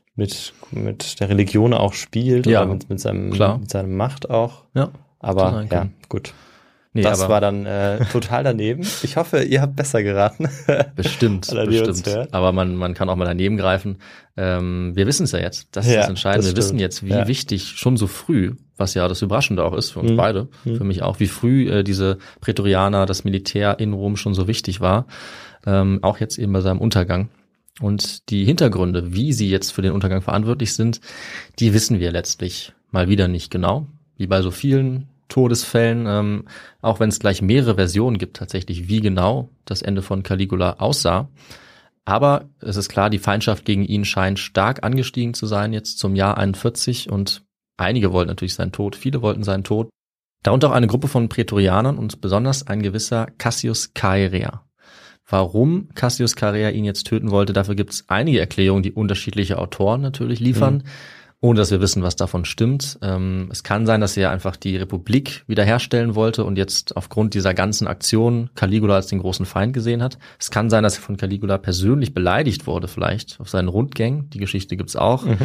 Religion auch spielt oder mit seinem Macht auch. Ja. Aber gut. Nee, das war dann total daneben. Ich hoffe, ihr habt besser geraten. Bestimmt. Aber man kann auch mal daneben greifen. Wir wissen es ja jetzt. Das ist das Entscheidende. Wir wissen jetzt, wie wichtig schon so früh, was ja das Überraschende auch ist für uns beide, für mich auch, wie früh diese Prätorianer, das Militär in Rom schon so wichtig war. Auch jetzt eben bei seinem Untergang. Und die Hintergründe, wie sie jetzt für den Untergang verantwortlich sind, die wissen wir letztlich mal wieder nicht genau. Wie bei so vielen Todesfällen, auch wenn es gleich mehrere Versionen gibt tatsächlich, wie genau das Ende von Caligula aussah. Aber es ist klar, die Feindschaft gegen ihn scheint stark angestiegen zu sein jetzt zum Jahr 41 und einige wollten natürlich seinen Tod, viele wollten seinen Tod. Darunter auch eine Gruppe von Prätorianern und besonders ein gewisser Cassius Chaerea. Warum Cassius Chaerea ihn jetzt töten wollte, dafür gibt es einige Erklärungen, die unterschiedliche Autoren natürlich liefern. Ohne dass wir wissen, was davon stimmt. Es kann sein, dass er einfach die Republik wiederherstellen wollte und jetzt aufgrund dieser ganzen Aktion Caligula als den großen Feind gesehen hat. Es kann sein, dass er von Caligula persönlich beleidigt wurde vielleicht auf seinen Rundgängen. Die Geschichte gibt's auch.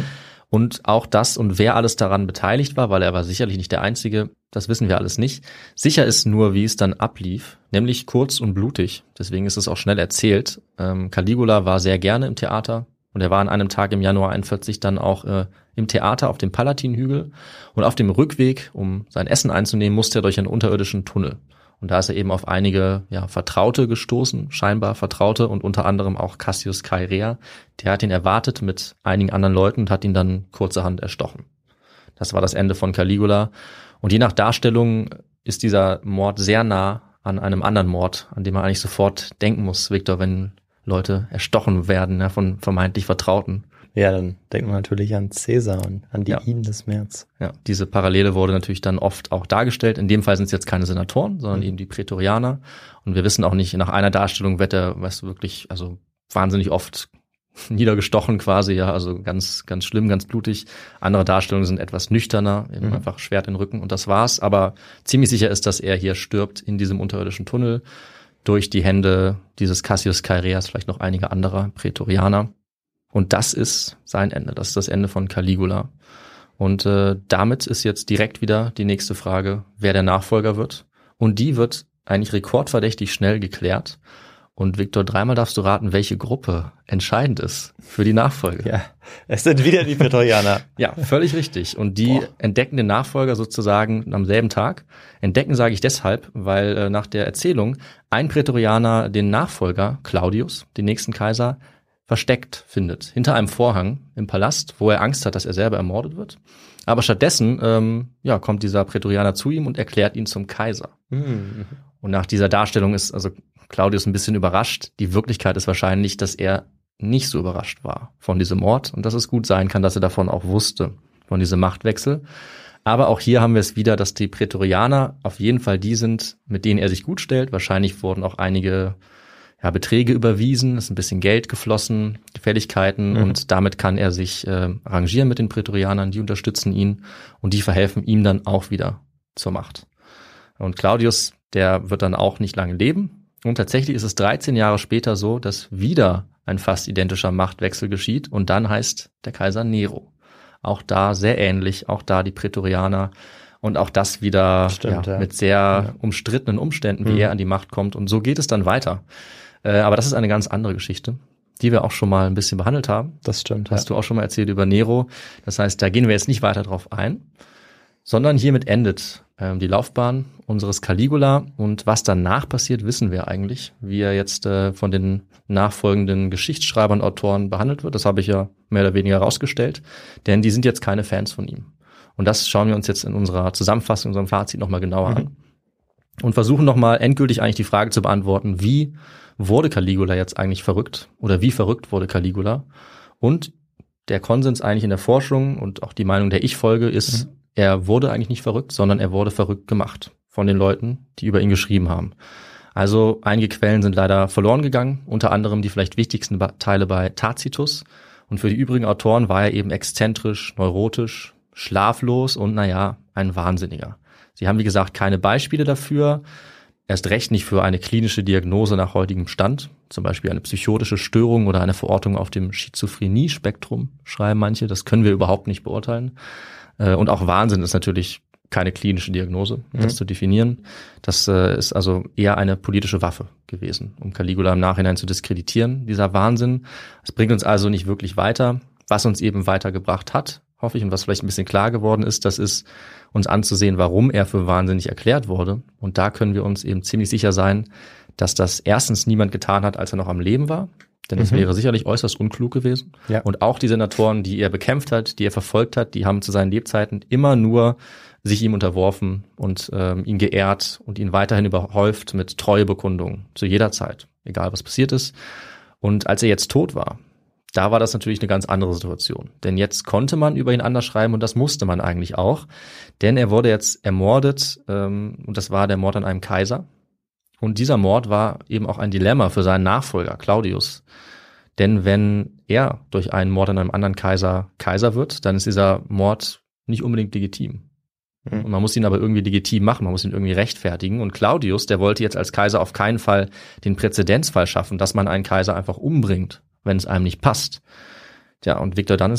Und auch das und wer alles daran beteiligt war, weil er war sicherlich nicht der Einzige, das wissen wir alles nicht. Sicher ist nur, wie es dann ablief, nämlich kurz und blutig. Deswegen ist es auch schnell erzählt. Caligula war sehr gerne im Theater und er war an einem Tag im Januar 41 dann auch im Theater auf dem Palatinhügel. Und auf dem Rückweg, um sein Essen einzunehmen, musste er durch einen unterirdischen Tunnel. Und da ist er eben auf einige Vertraute gestoßen, scheinbar Vertraute und unter anderem auch Cassius Chaerea. Der hat ihn erwartet mit einigen anderen Leuten und hat ihn dann kurzerhand erstochen. Das war das Ende von Caligula. Und je nach Darstellung ist dieser Mord sehr nah an einem anderen Mord, an dem man eigentlich sofort denken muss, Victor, wenn Leute erstochen werden von vermeintlich Vertrauten. Ja, dann denkt man natürlich an Caesar und an die Iden des März. Ja, diese Parallele wurde natürlich dann oft auch dargestellt. In dem Fall sind es jetzt keine Senatoren, sondern eben die Prätorianer. Und wir wissen auch nicht, nach einer Darstellung wird er, wirklich, also wahnsinnig oft niedergestochen quasi, also ganz, ganz schlimm, ganz blutig. Andere Darstellungen sind etwas nüchterner, eben einfach Schwert in den Rücken und das war's. Aber ziemlich sicher ist, dass er hier stirbt in diesem unterirdischen Tunnel durch die Hände dieses Cassius Chaereas, vielleicht noch einige anderer Prätorianer. Und das ist sein Ende, das ist das Ende von Caligula. Und damit ist jetzt direkt wieder die nächste Frage, wer der Nachfolger wird. Und die wird eigentlich rekordverdächtig schnell geklärt. Und Victor, dreimal darfst du raten, welche Gruppe entscheidend ist für die Nachfolge. Ja, es sind wieder die Prätorianer. Ja, völlig richtig. Und die entdecken den Nachfolger sozusagen am selben Tag. Entdecken sage ich deshalb, weil nach der Erzählung ein Prätorianer den Nachfolger, Claudius, den nächsten Kaiser, versteckt findet, hinter einem Vorhang im Palast, wo er Angst hat, dass er selber ermordet wird. Aber stattdessen kommt dieser Prätorianer zu ihm und erklärt ihn zum Kaiser. Mhm. Und nach dieser Darstellung ist also Claudius ein bisschen überrascht. Die Wirklichkeit ist wahrscheinlich, dass er nicht so überrascht war von diesem Mord und dass es gut sein kann, dass er davon auch wusste, von diesem Machtwechsel. Aber auch hier haben wir es wieder, dass die Prätorianer auf jeden Fall die sind, mit denen er sich gut stellt. Wahrscheinlich wurden auch einige Beträge überwiesen, ist ein bisschen Geld geflossen, Gefälligkeiten und damit kann er sich arrangieren mit den Prätorianern, die unterstützen ihn und die verhelfen ihm dann auch wieder zur Macht. Und Claudius, der wird dann auch nicht lange leben und tatsächlich ist es 13 Jahre später so, dass wieder ein fast identischer Machtwechsel geschieht und dann heißt der Kaiser Nero. Auch da sehr ähnlich, auch da die Prätorianer und auch das wieder mit sehr umstrittenen Umständen, wie er an die Macht kommt und so geht es dann weiter. Aber das ist eine ganz andere Geschichte, die wir auch schon mal ein bisschen behandelt haben. Das stimmt. Hast du auch schon mal erzählt über Nero. Das heißt, da gehen wir jetzt nicht weiter drauf ein, sondern hiermit endet die Laufbahn unseres Caligula. Und was danach passiert, wissen wir eigentlich, wie er jetzt von den nachfolgenden Geschichtsschreibern, Autoren behandelt wird. Das habe ich ja mehr oder weniger herausgestellt, denn die sind jetzt keine Fans von ihm. Und das schauen wir uns jetzt in unserer Zusammenfassung, in unserem Fazit nochmal genauer an und versuchen nochmal endgültig eigentlich die Frage zu beantworten, wie wurde Caligula jetzt eigentlich verrückt oder wie verrückt wurde Caligula? Und der Konsens eigentlich in der Forschung und auch die Meinung, der ich folge, ist, er wurde eigentlich nicht verrückt, sondern er wurde verrückt gemacht von den Leuten, die über ihn geschrieben haben. Also einige Quellen sind leider verloren gegangen, unter anderem die vielleicht wichtigsten Teile bei Tacitus. Und für die übrigen Autoren war er eben exzentrisch, neurotisch, schlaflos und ein Wahnsinniger. Sie haben, wie gesagt, keine Beispiele dafür. Erst recht nicht für eine klinische Diagnose nach heutigem Stand, zum Beispiel eine psychotische Störung oder eine Verortung auf dem Schizophrenie-Spektrum, schreiben manche. Das können wir überhaupt nicht beurteilen. Und auch Wahnsinn ist natürlich keine klinische Diagnose, das zu definieren. Das ist also eher eine politische Waffe gewesen, um Caligula im Nachhinein zu diskreditieren, dieser Wahnsinn. Es bringt uns also nicht wirklich weiter. Was uns eben weitergebracht hat, hoffe ich, und was vielleicht ein bisschen klar geworden ist, das ist, uns anzusehen, warum er für wahnsinnig erklärt wurde. Und da können wir uns eben ziemlich sicher sein, dass das erstens niemand getan hat, als er noch am Leben war. Denn es wäre sicherlich äußerst unklug gewesen. Ja. Und auch die Senatoren, die er bekämpft hat, die er verfolgt hat, die haben zu seinen Lebzeiten immer nur sich ihm unterworfen und ihn geehrt und ihn weiterhin überhäuft mit Treuebekundungen zu jeder Zeit, egal was passiert ist. Und als er jetzt tot war, da war das natürlich eine ganz andere Situation. Denn jetzt konnte man über ihn anders schreiben und das musste man eigentlich auch. Denn er wurde jetzt ermordet und das war der Mord an einem Kaiser. Und dieser Mord war eben auch ein Dilemma für seinen Nachfolger, Claudius. Denn wenn er durch einen Mord an einem anderen Kaiser wird, dann ist dieser Mord nicht unbedingt legitim. Und man muss ihn aber irgendwie legitim machen, man muss ihn irgendwie rechtfertigen. Und Claudius, der wollte jetzt als Kaiser auf keinen Fall den Präzedenzfall schaffen, dass man einen Kaiser einfach umbringt, wenn es einem nicht passt. Tja, und Victor, dann ist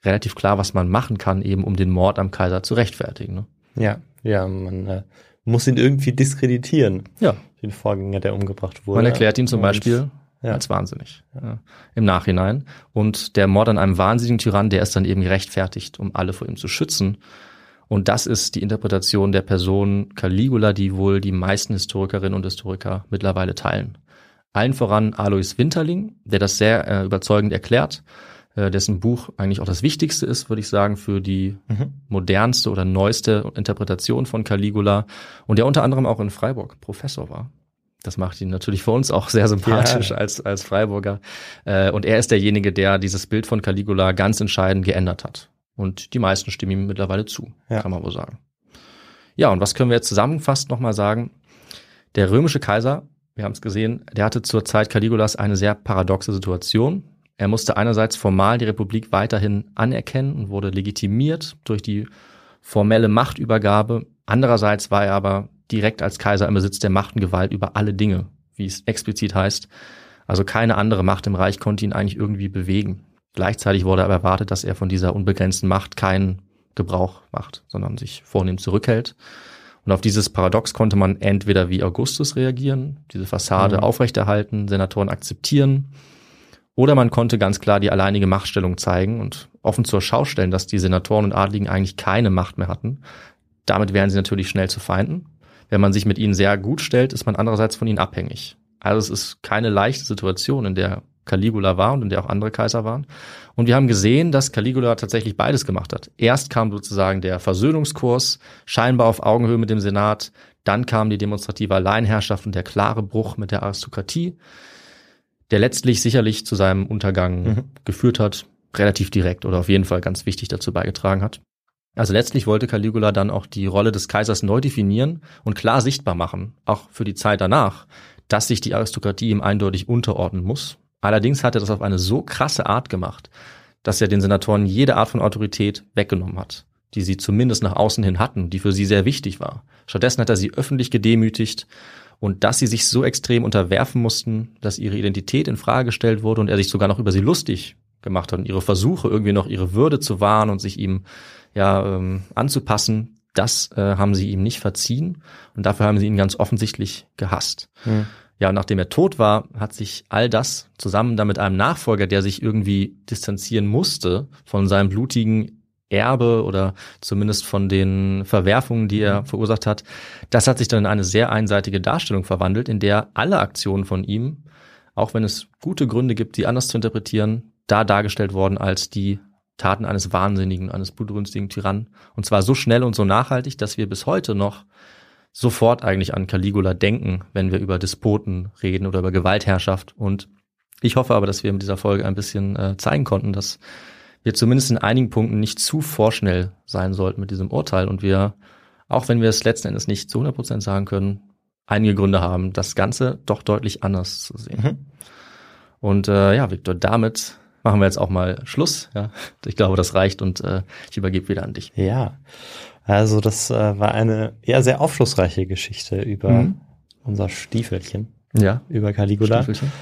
relativ klar, was man machen kann, eben um den Mord am Kaiser zu rechtfertigen. Ne? Ja, man muss ihn irgendwie diskreditieren, Ja. den Vorgänger, der umgebracht wurde. Man erklärt ihn zum Beispiel ja. als wahnsinnig im Nachhinein. Und der Mord an einem wahnsinnigen Tyrann, der ist dann eben gerechtfertigt, um alle vor ihm zu schützen. Und das ist die Interpretation der Person Caligula, die wohl die meisten Historikerinnen und Historiker mittlerweile teilen. Allen voran Alois Winterling, der das sehr überzeugend erklärt, dessen Buch eigentlich auch das Wichtigste ist, würde ich sagen, für die modernste oder neueste Interpretation von Caligula und der unter anderem auch in Freiburg Professor war. Das macht ihn natürlich für uns auch sehr sympathisch als Freiburger. Und er ist derjenige, der dieses Bild von Caligula ganz entscheidend geändert hat. Und die meisten stimmen ihm mittlerweile zu, kann man wohl sagen. Ja, und was können wir jetzt zusammenfassend nochmal sagen? Der römische Kaiser, wir haben es gesehen, der hatte zur Zeit Caligulas eine sehr paradoxe Situation. Er musste einerseits formal die Republik weiterhin anerkennen und wurde legitimiert durch die formelle Machtübergabe. Andererseits war er aber direkt als Kaiser im Besitz der Macht und Gewalt über alle Dinge, wie es explizit heißt. Also keine andere Macht im Reich konnte ihn eigentlich irgendwie bewegen. Gleichzeitig wurde aber erwartet, dass er von dieser unbegrenzten Macht keinen Gebrauch macht, sondern sich vornehm zurückhält. Und auf dieses Paradox konnte man entweder wie Augustus reagieren, diese Fassade aufrechterhalten, Senatoren akzeptieren, oder man konnte ganz klar die alleinige Machtstellung zeigen und offen zur Schau stellen, dass die Senatoren und Adligen eigentlich keine Macht mehr hatten. Damit wären sie natürlich schnell zu Feinden. Wenn man sich mit ihnen sehr gut stellt, ist man andererseits von ihnen abhängig. Also es ist keine leichte Situation, in der Caligula war und in der auch andere Kaiser waren. Und wir haben gesehen, dass Caligula tatsächlich beides gemacht hat. Erst kam sozusagen der Versöhnungskurs, scheinbar auf Augenhöhe mit dem Senat. Dann kam die demonstrative Alleinherrschaft und der klare Bruch mit der Aristokratie, der letztlich sicherlich zu seinem Untergang geführt hat, relativ direkt oder auf jeden Fall ganz wichtig dazu beigetragen hat. Also letztlich wollte Caligula dann auch die Rolle des Kaisers neu definieren und klar sichtbar machen, auch für die Zeit danach, dass sich die Aristokratie ihm eindeutig unterordnen muss. Allerdings hat er das auf eine so krasse Art gemacht, dass er den Senatoren jede Art von Autorität weggenommen hat, die sie zumindest nach außen hin hatten, die für sie sehr wichtig war. Stattdessen hat er sie öffentlich gedemütigt und dass sie sich so extrem unterwerfen mussten, dass ihre Identität in Frage gestellt wurde und er sich sogar noch über sie lustig gemacht hat und ihre Versuche, irgendwie noch ihre Würde zu wahren und sich ihm anzupassen, das haben sie ihm nicht verziehen und dafür haben sie ihn ganz offensichtlich gehasst. Ja, und nachdem er tot war, hat sich all das zusammen dann mit einem Nachfolger, der sich irgendwie distanzieren musste von seinem blutigen Erbe oder zumindest von den Verwerfungen, die er verursacht hat, das hat sich dann in eine sehr einseitige Darstellung verwandelt, in der alle Aktionen von ihm, auch wenn es gute Gründe gibt, die anders zu interpretieren, da dargestellt worden als die Taten eines Wahnsinnigen, eines blutrünstigen Tyrannen. Und zwar so schnell und so nachhaltig, dass wir bis heute noch sofort eigentlich an Caligula denken, wenn wir über Despoten reden oder über Gewaltherrschaft. Und ich hoffe aber, dass wir mit dieser Folge ein bisschen zeigen konnten, dass wir zumindest in einigen Punkten nicht zu vorschnell sein sollten mit diesem Urteil. Und wir, auch wenn wir es letzten Endes nicht zu 100% sagen können, einige Gründe haben, das Ganze doch deutlich anders zu sehen. Und Victor, damit machen wir jetzt auch mal Schluss. Ja, ich glaube, das reicht und ich übergebe wieder an dich. Ja, also das war eine sehr aufschlussreiche Geschichte über unser Stiefelchen. Ja, über Caligula. Stiefelchen.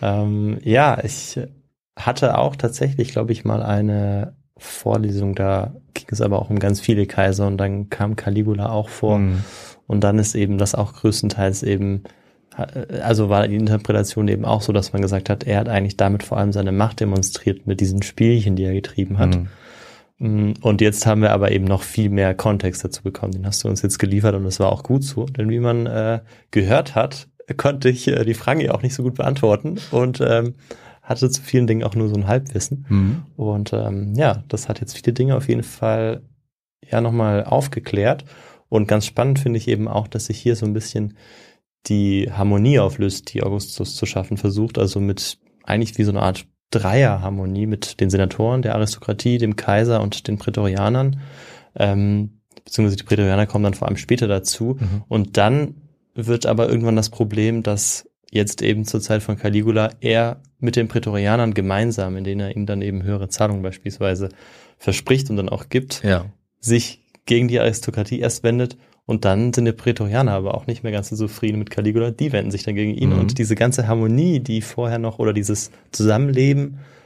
Ich hatte auch tatsächlich, glaube ich, mal eine Vorlesung, da ging es aber auch um ganz viele Kaiser und dann kam Caligula auch vor. Und dann ist eben das auch größtenteils eben, also war die Interpretation eben auch so, dass man gesagt hat, er hat eigentlich damit vor allem seine Macht demonstriert mit diesen Spielchen, die er getrieben hat. Und jetzt haben wir aber eben noch viel mehr Kontext dazu bekommen. Den hast du uns jetzt geliefert und das war auch gut so. Denn wie man gehört hat, konnte ich die Fragen ja auch nicht so gut beantworten und hatte zu vielen Dingen auch nur so ein Halbwissen. Und das hat jetzt viele Dinge auf jeden Fall nochmal aufgeklärt. Und ganz spannend finde ich eben auch, dass sich hier so ein bisschen die Harmonie auflöst, die Augustus zu schaffen versucht. Also mit eigentlich wie so eine Art Dreierharmonie mit den Senatoren, der Aristokratie, dem Kaiser und den Prätorianern. Beziehungsweise die Prätorianer kommen dann vor allem später dazu. Und dann wird aber irgendwann das Problem, dass jetzt eben zur Zeit von Caligula er mit den Prätorianern gemeinsam, in denen er ihnen dann eben höhere Zahlungen beispielsweise verspricht und dann auch gibt, sich gegen die Aristokratie erst wendet. Und dann sind die Prätorianer aber auch nicht mehr ganz so zufrieden mit Caligula. Die wenden sich dann gegen ihn. Und diese ganze Harmonie, die vorher noch, oder dieses Zusammenleben,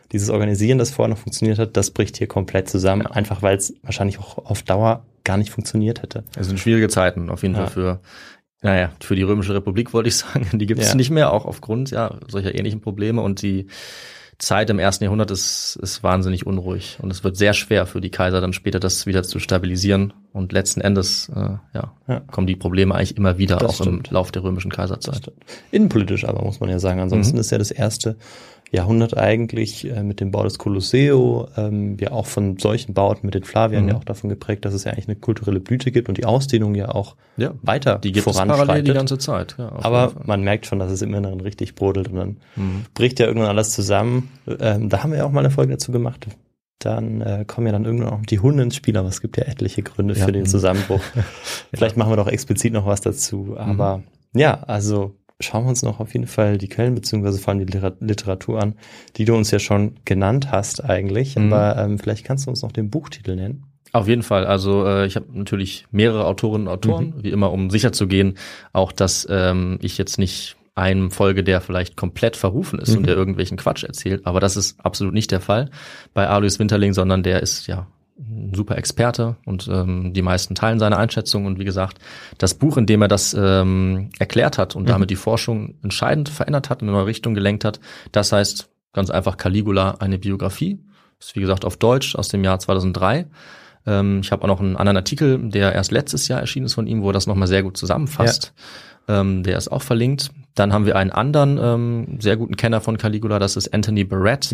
dieses Organisieren, das vorher noch funktioniert hat, das bricht hier komplett zusammen, einfach weil es wahrscheinlich auch auf Dauer gar nicht funktioniert hätte. Es sind schwierige Zeiten auf jeden Fall für die Römische Republik, wollte ich sagen. Die gibt es nicht mehr, auch aufgrund solcher ähnlichen Probleme. Und die Zeit im 1. Jahrhundert ist wahnsinnig unruhig. Und es wird sehr schwer für die Kaiser dann später, das wieder zu stabilisieren. Und letzten Endes kommen die Probleme eigentlich immer wieder, das auch im Lauf der römischen Kaiserzeit. Innenpolitisch aber, muss man ja sagen. Ansonsten ist ja das 1. Jahrhundert eigentlich mit dem Bau des Kolosseo, ja auch von solchen Bauten mit den Flaviern ja auch davon geprägt, dass es ja eigentlich eine kulturelle Blüte gibt und die Ausdehnung ja auch weiter die gibt voranschreitet. Es parallel die ganze Zeit. Ja, aber man merkt schon, dass es im Inneren richtig brodelt und dann bricht ja irgendwann alles zusammen. Da haben wir ja auch mal eine Folge dazu gemacht. Dann kommen ja dann irgendwann auch die Hunde ins Spiel, aber es gibt ja etliche Gründe für den Zusammenbruch. Vielleicht machen wir doch explizit noch was dazu. Aber also schauen wir uns noch auf jeden Fall die Quellen beziehungsweise vor allem die Literatur an, die du uns ja schon genannt hast eigentlich. Aber vielleicht kannst du uns noch den Buchtitel nennen. Auf jeden Fall. Also ich habe natürlich mehrere Autorinnen und Autoren, wie immer, um sicher zu gehen, auch dass ich jetzt nicht einem folge, der vielleicht komplett verrufen ist und der irgendwelchen Quatsch erzählt. Aber das ist absolut nicht der Fall bei Alois Winterling, sondern der ist ein super Experte und die meisten teilen seine Einschätzung. Und wie gesagt, das Buch, in dem er das erklärt hat und damit die Forschung entscheidend verändert hat, in eine neue Richtung gelenkt hat, das heißt ganz einfach Caligula, eine Biografie. Das ist wie gesagt auf Deutsch aus dem Jahr 2003. Ich habe auch noch einen anderen Artikel, der erst letztes Jahr erschienen ist von ihm, wo er das nochmal sehr gut zusammenfasst. Der ist auch verlinkt. Dann haben wir einen anderen sehr guten Kenner von Caligula, das ist Anthony Barrett.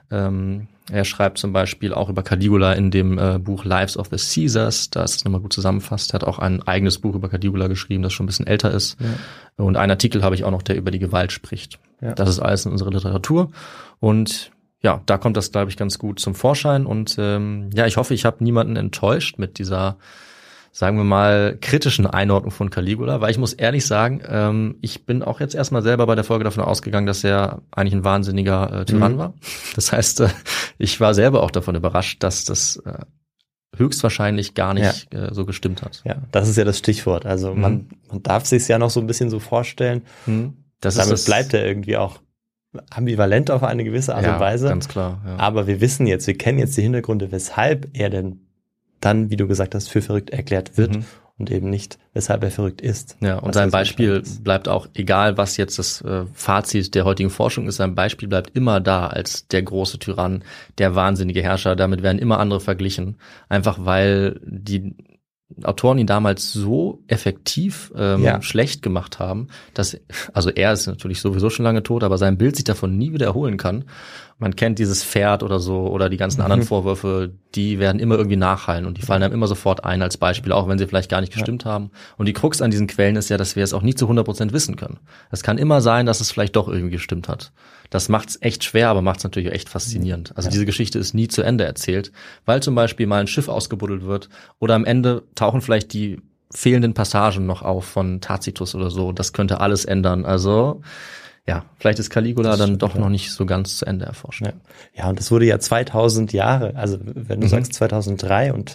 Er schreibt zum Beispiel auch über Caligula in dem Buch Lives of the Caesars, da ist es nochmal gut zusammenfasst. Er hat auch ein eigenes Buch über Caligula geschrieben, das schon ein bisschen älter ist. Und einen Artikel habe ich auch noch, der über die Gewalt spricht. Das ist alles in unserer Literatur. Und ja, da kommt das, glaube ich, ganz gut zum Vorschein. Und ich hoffe, ich habe niemanden enttäuscht mit dieser, sagen wir mal, kritischen Einordnung von Caligula, weil ich muss ehrlich sagen, ich bin auch jetzt erstmal selber bei der Folge davon ausgegangen, dass er eigentlich ein wahnsinniger Tyrann war. Das heißt, ich war selber auch davon überrascht, dass das höchstwahrscheinlich gar nicht so gestimmt hat. Ja, das ist ja das Stichwort. Also man darf sich es ja noch so ein bisschen so vorstellen. Damit bleibt er irgendwie auch ambivalent auf eine gewisse Art und Weise. Ganz klar. Ja. Aber wir kennen jetzt die Hintergründe, weshalb er denn dann, wie du gesagt hast, für verrückt erklärt wird und eben nicht, weshalb er verrückt ist. Ja, und sein Beispiel bleibt auch, egal was jetzt das Fazit der heutigen Forschung ist, sein Beispiel bleibt immer da als der große Tyrann, der wahnsinnige Herrscher. Damit werden immer andere verglichen. Einfach weil die Autoren ihn damals so effektiv schlecht gemacht haben, dass, also er ist natürlich sowieso schon lange tot, aber sein Bild sich davon nie wieder erholen kann. Man kennt dieses Pferd oder so oder die ganzen anderen Vorwürfe, die werden immer irgendwie nachhallen und die fallen einem immer sofort ein als Beispiel, auch wenn sie vielleicht gar nicht gestimmt haben. Und die Krux an diesen Quellen ist ja, dass wir es auch nie zu 100% wissen können. Es kann immer sein, dass es vielleicht doch irgendwie gestimmt hat. Das macht's echt schwer, aber macht's natürlich echt faszinierend. Also diese Geschichte ist nie zu Ende erzählt, weil zum Beispiel mal ein Schiff ausgebuddelt wird oder am Ende tauchen vielleicht die fehlenden Passagen noch auf von Tacitus oder so. Das könnte alles ändern. Also ja, vielleicht ist Caligula dann doch noch nicht so ganz zu Ende erforscht. Ja, und das wurde ja 2000 Jahre, also wenn du sagst 2003 und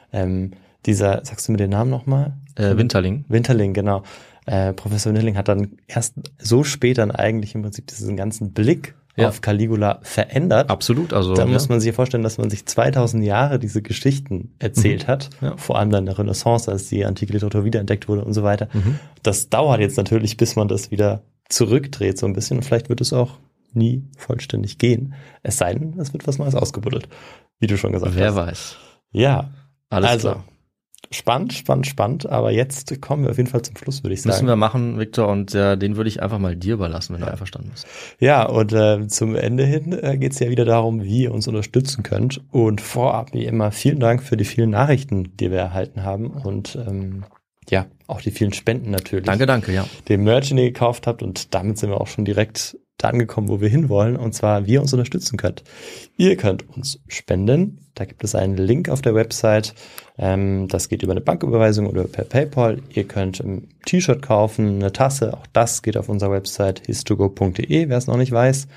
dieser, sagst du mir den Namen nochmal? Winterling. Winterling, genau. Professor Winterling hat dann erst so spät dann eigentlich im Prinzip diesen ganzen Blick auf Caligula verändert. Absolut. Also da muss man sich vorstellen, dass man sich 2000 Jahre diese Geschichten erzählt hat, vor allem dann in der Renaissance, als die antike Literatur wiederentdeckt wurde und so weiter. Das dauert jetzt natürlich, bis man das wieder zurückdreht so ein bisschen. Und vielleicht wird es auch nie vollständig gehen. Es sei denn, es wird was Neues ausgebuddelt, wie du schon gesagt hast. Wer weiß. Ja, alles klar. Spannend. Aber jetzt kommen wir auf jeden Fall zum Schluss, würde ich sagen. Müssen wir machen, Victor, und den würde ich einfach mal dir überlassen, wenn du einverstanden bist. Ja, und zum Ende hin geht es ja wieder darum, wie ihr uns unterstützen könnt. Und vorab, wie immer, vielen Dank für die vielen Nachrichten, die wir erhalten haben. Und auch die vielen Spenden natürlich. Danke, ja. Den Merch, den ihr gekauft habt. Und damit sind wir auch schon direkt da angekommen, wo wir hinwollen. Und zwar, wie ihr uns unterstützen könnt. Ihr könnt uns spenden. Da gibt es einen Link auf der Website. Das geht über eine Banküberweisung oder per PayPal. Ihr könnt ein T-Shirt kaufen, eine Tasse. Auch das geht auf unserer Website histogo.de, wer es noch nicht weiß.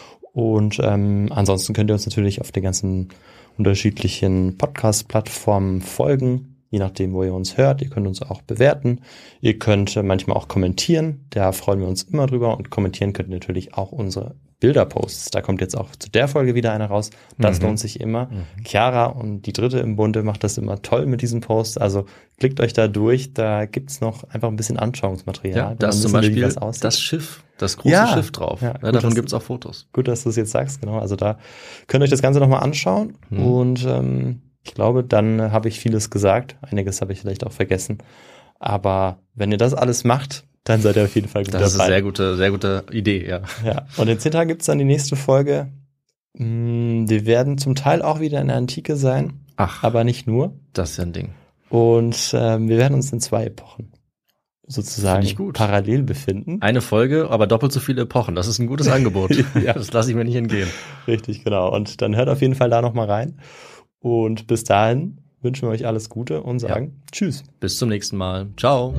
Und ansonsten könnt ihr uns natürlich auf den ganzen unterschiedlichen Podcast-Plattformen folgen. je nachdem, wo ihr uns hört. Ihr könnt uns auch bewerten. Ihr könnt manchmal auch kommentieren. Da freuen wir uns immer drüber. Und kommentieren könnt ihr natürlich auch unsere Bilderposts. Da kommt jetzt auch zu der Folge wieder einer raus. Das lohnt sich immer. Chiara und die Dritte im Bunde macht das immer toll mit diesen Posts. Also klickt euch da durch. Da gibt's noch einfach ein bisschen Anschauungsmaterial. Ja, da ist zum Beispiel das Schiff, das große Schiff drauf. Ja, gut, davon gibt's auch Fotos. Gut, dass du es jetzt sagst, genau. Also da könnt ihr euch das Ganze nochmal anschauen. Und ich glaube, dann habe ich vieles gesagt. Einiges habe ich vielleicht auch vergessen. Aber wenn ihr das alles macht, dann seid ihr auf jeden Fall gut dabei. Das ist eine sehr gute Idee, ja. Ja. Und in 10 Tagen gibt's dann die nächste Folge. Wir werden zum Teil auch wieder in der Antike sein. Ach. Aber nicht nur. Das ist ja ein Ding. Und wir werden uns in 2 Epochen sozusagen parallel befinden. Eine Folge, aber doppelt so viele Epochen. Das ist ein gutes Angebot. Ja. Das lasse ich mir nicht entgehen. Richtig, genau. Und dann hört auf jeden Fall da nochmal rein. Und bis dahin wünschen wir euch alles Gute und sagen Tschüss. Bis zum nächsten Mal. Ciao.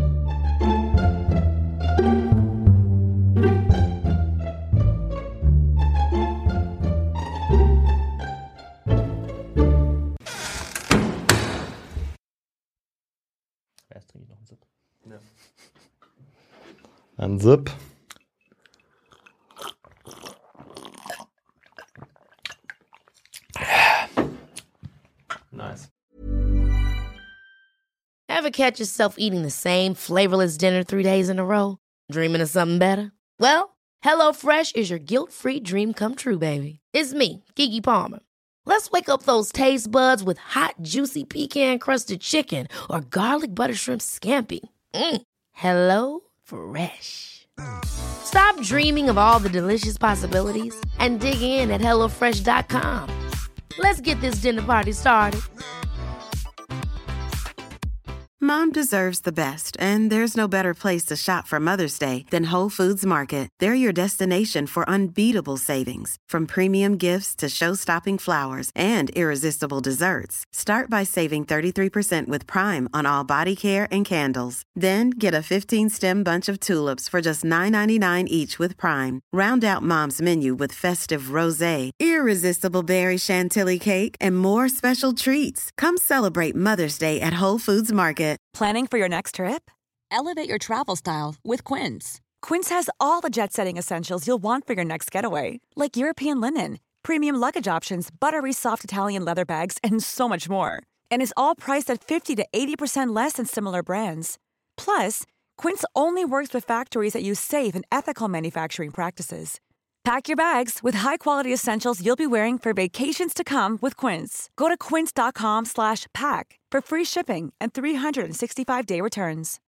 Erst trinke ich noch einen Sip. Ja. Ein Sip. Nice. Ever catch yourself eating the same flavorless dinner 3 days in a row? Dreaming of something better? Well, HelloFresh is your guilt-free dream come true, baby. It's me, Keke Palmer. Let's wake up those taste buds with hot, juicy pecan-crusted chicken or garlic butter shrimp scampi. Hello Fresh. Stop dreaming of all the delicious possibilities and dig in at HelloFresh.com. Let's get this dinner party started. Mom deserves the best, and there's no better place to shop for Mother's Day than Whole Foods Market. They're your destination for unbeatable savings, from premium gifts to show-stopping flowers and irresistible desserts. Start by saving 33% with Prime on all body care and candles. Then get a 15-stem bunch of tulips for just $9.99 each with Prime. Round out Mom's menu with festive rosé, irresistible berry chantilly cake, and more special treats. Come celebrate Mother's Day at Whole Foods Market. Planning for your next trip? Elevate your travel style with Quince. Quince has all the jet-setting essentials you'll want for your next getaway, like European linen, premium luggage options, buttery soft Italian leather bags, and so much more. And is all priced at 50 to 80% less than similar brands. Plus, Quince only works with factories that use safe and ethical manufacturing practices. Pack your bags with high-quality essentials you'll be wearing for vacations to come with Quince. Go to quince.com/pack for free shipping and 365-day returns.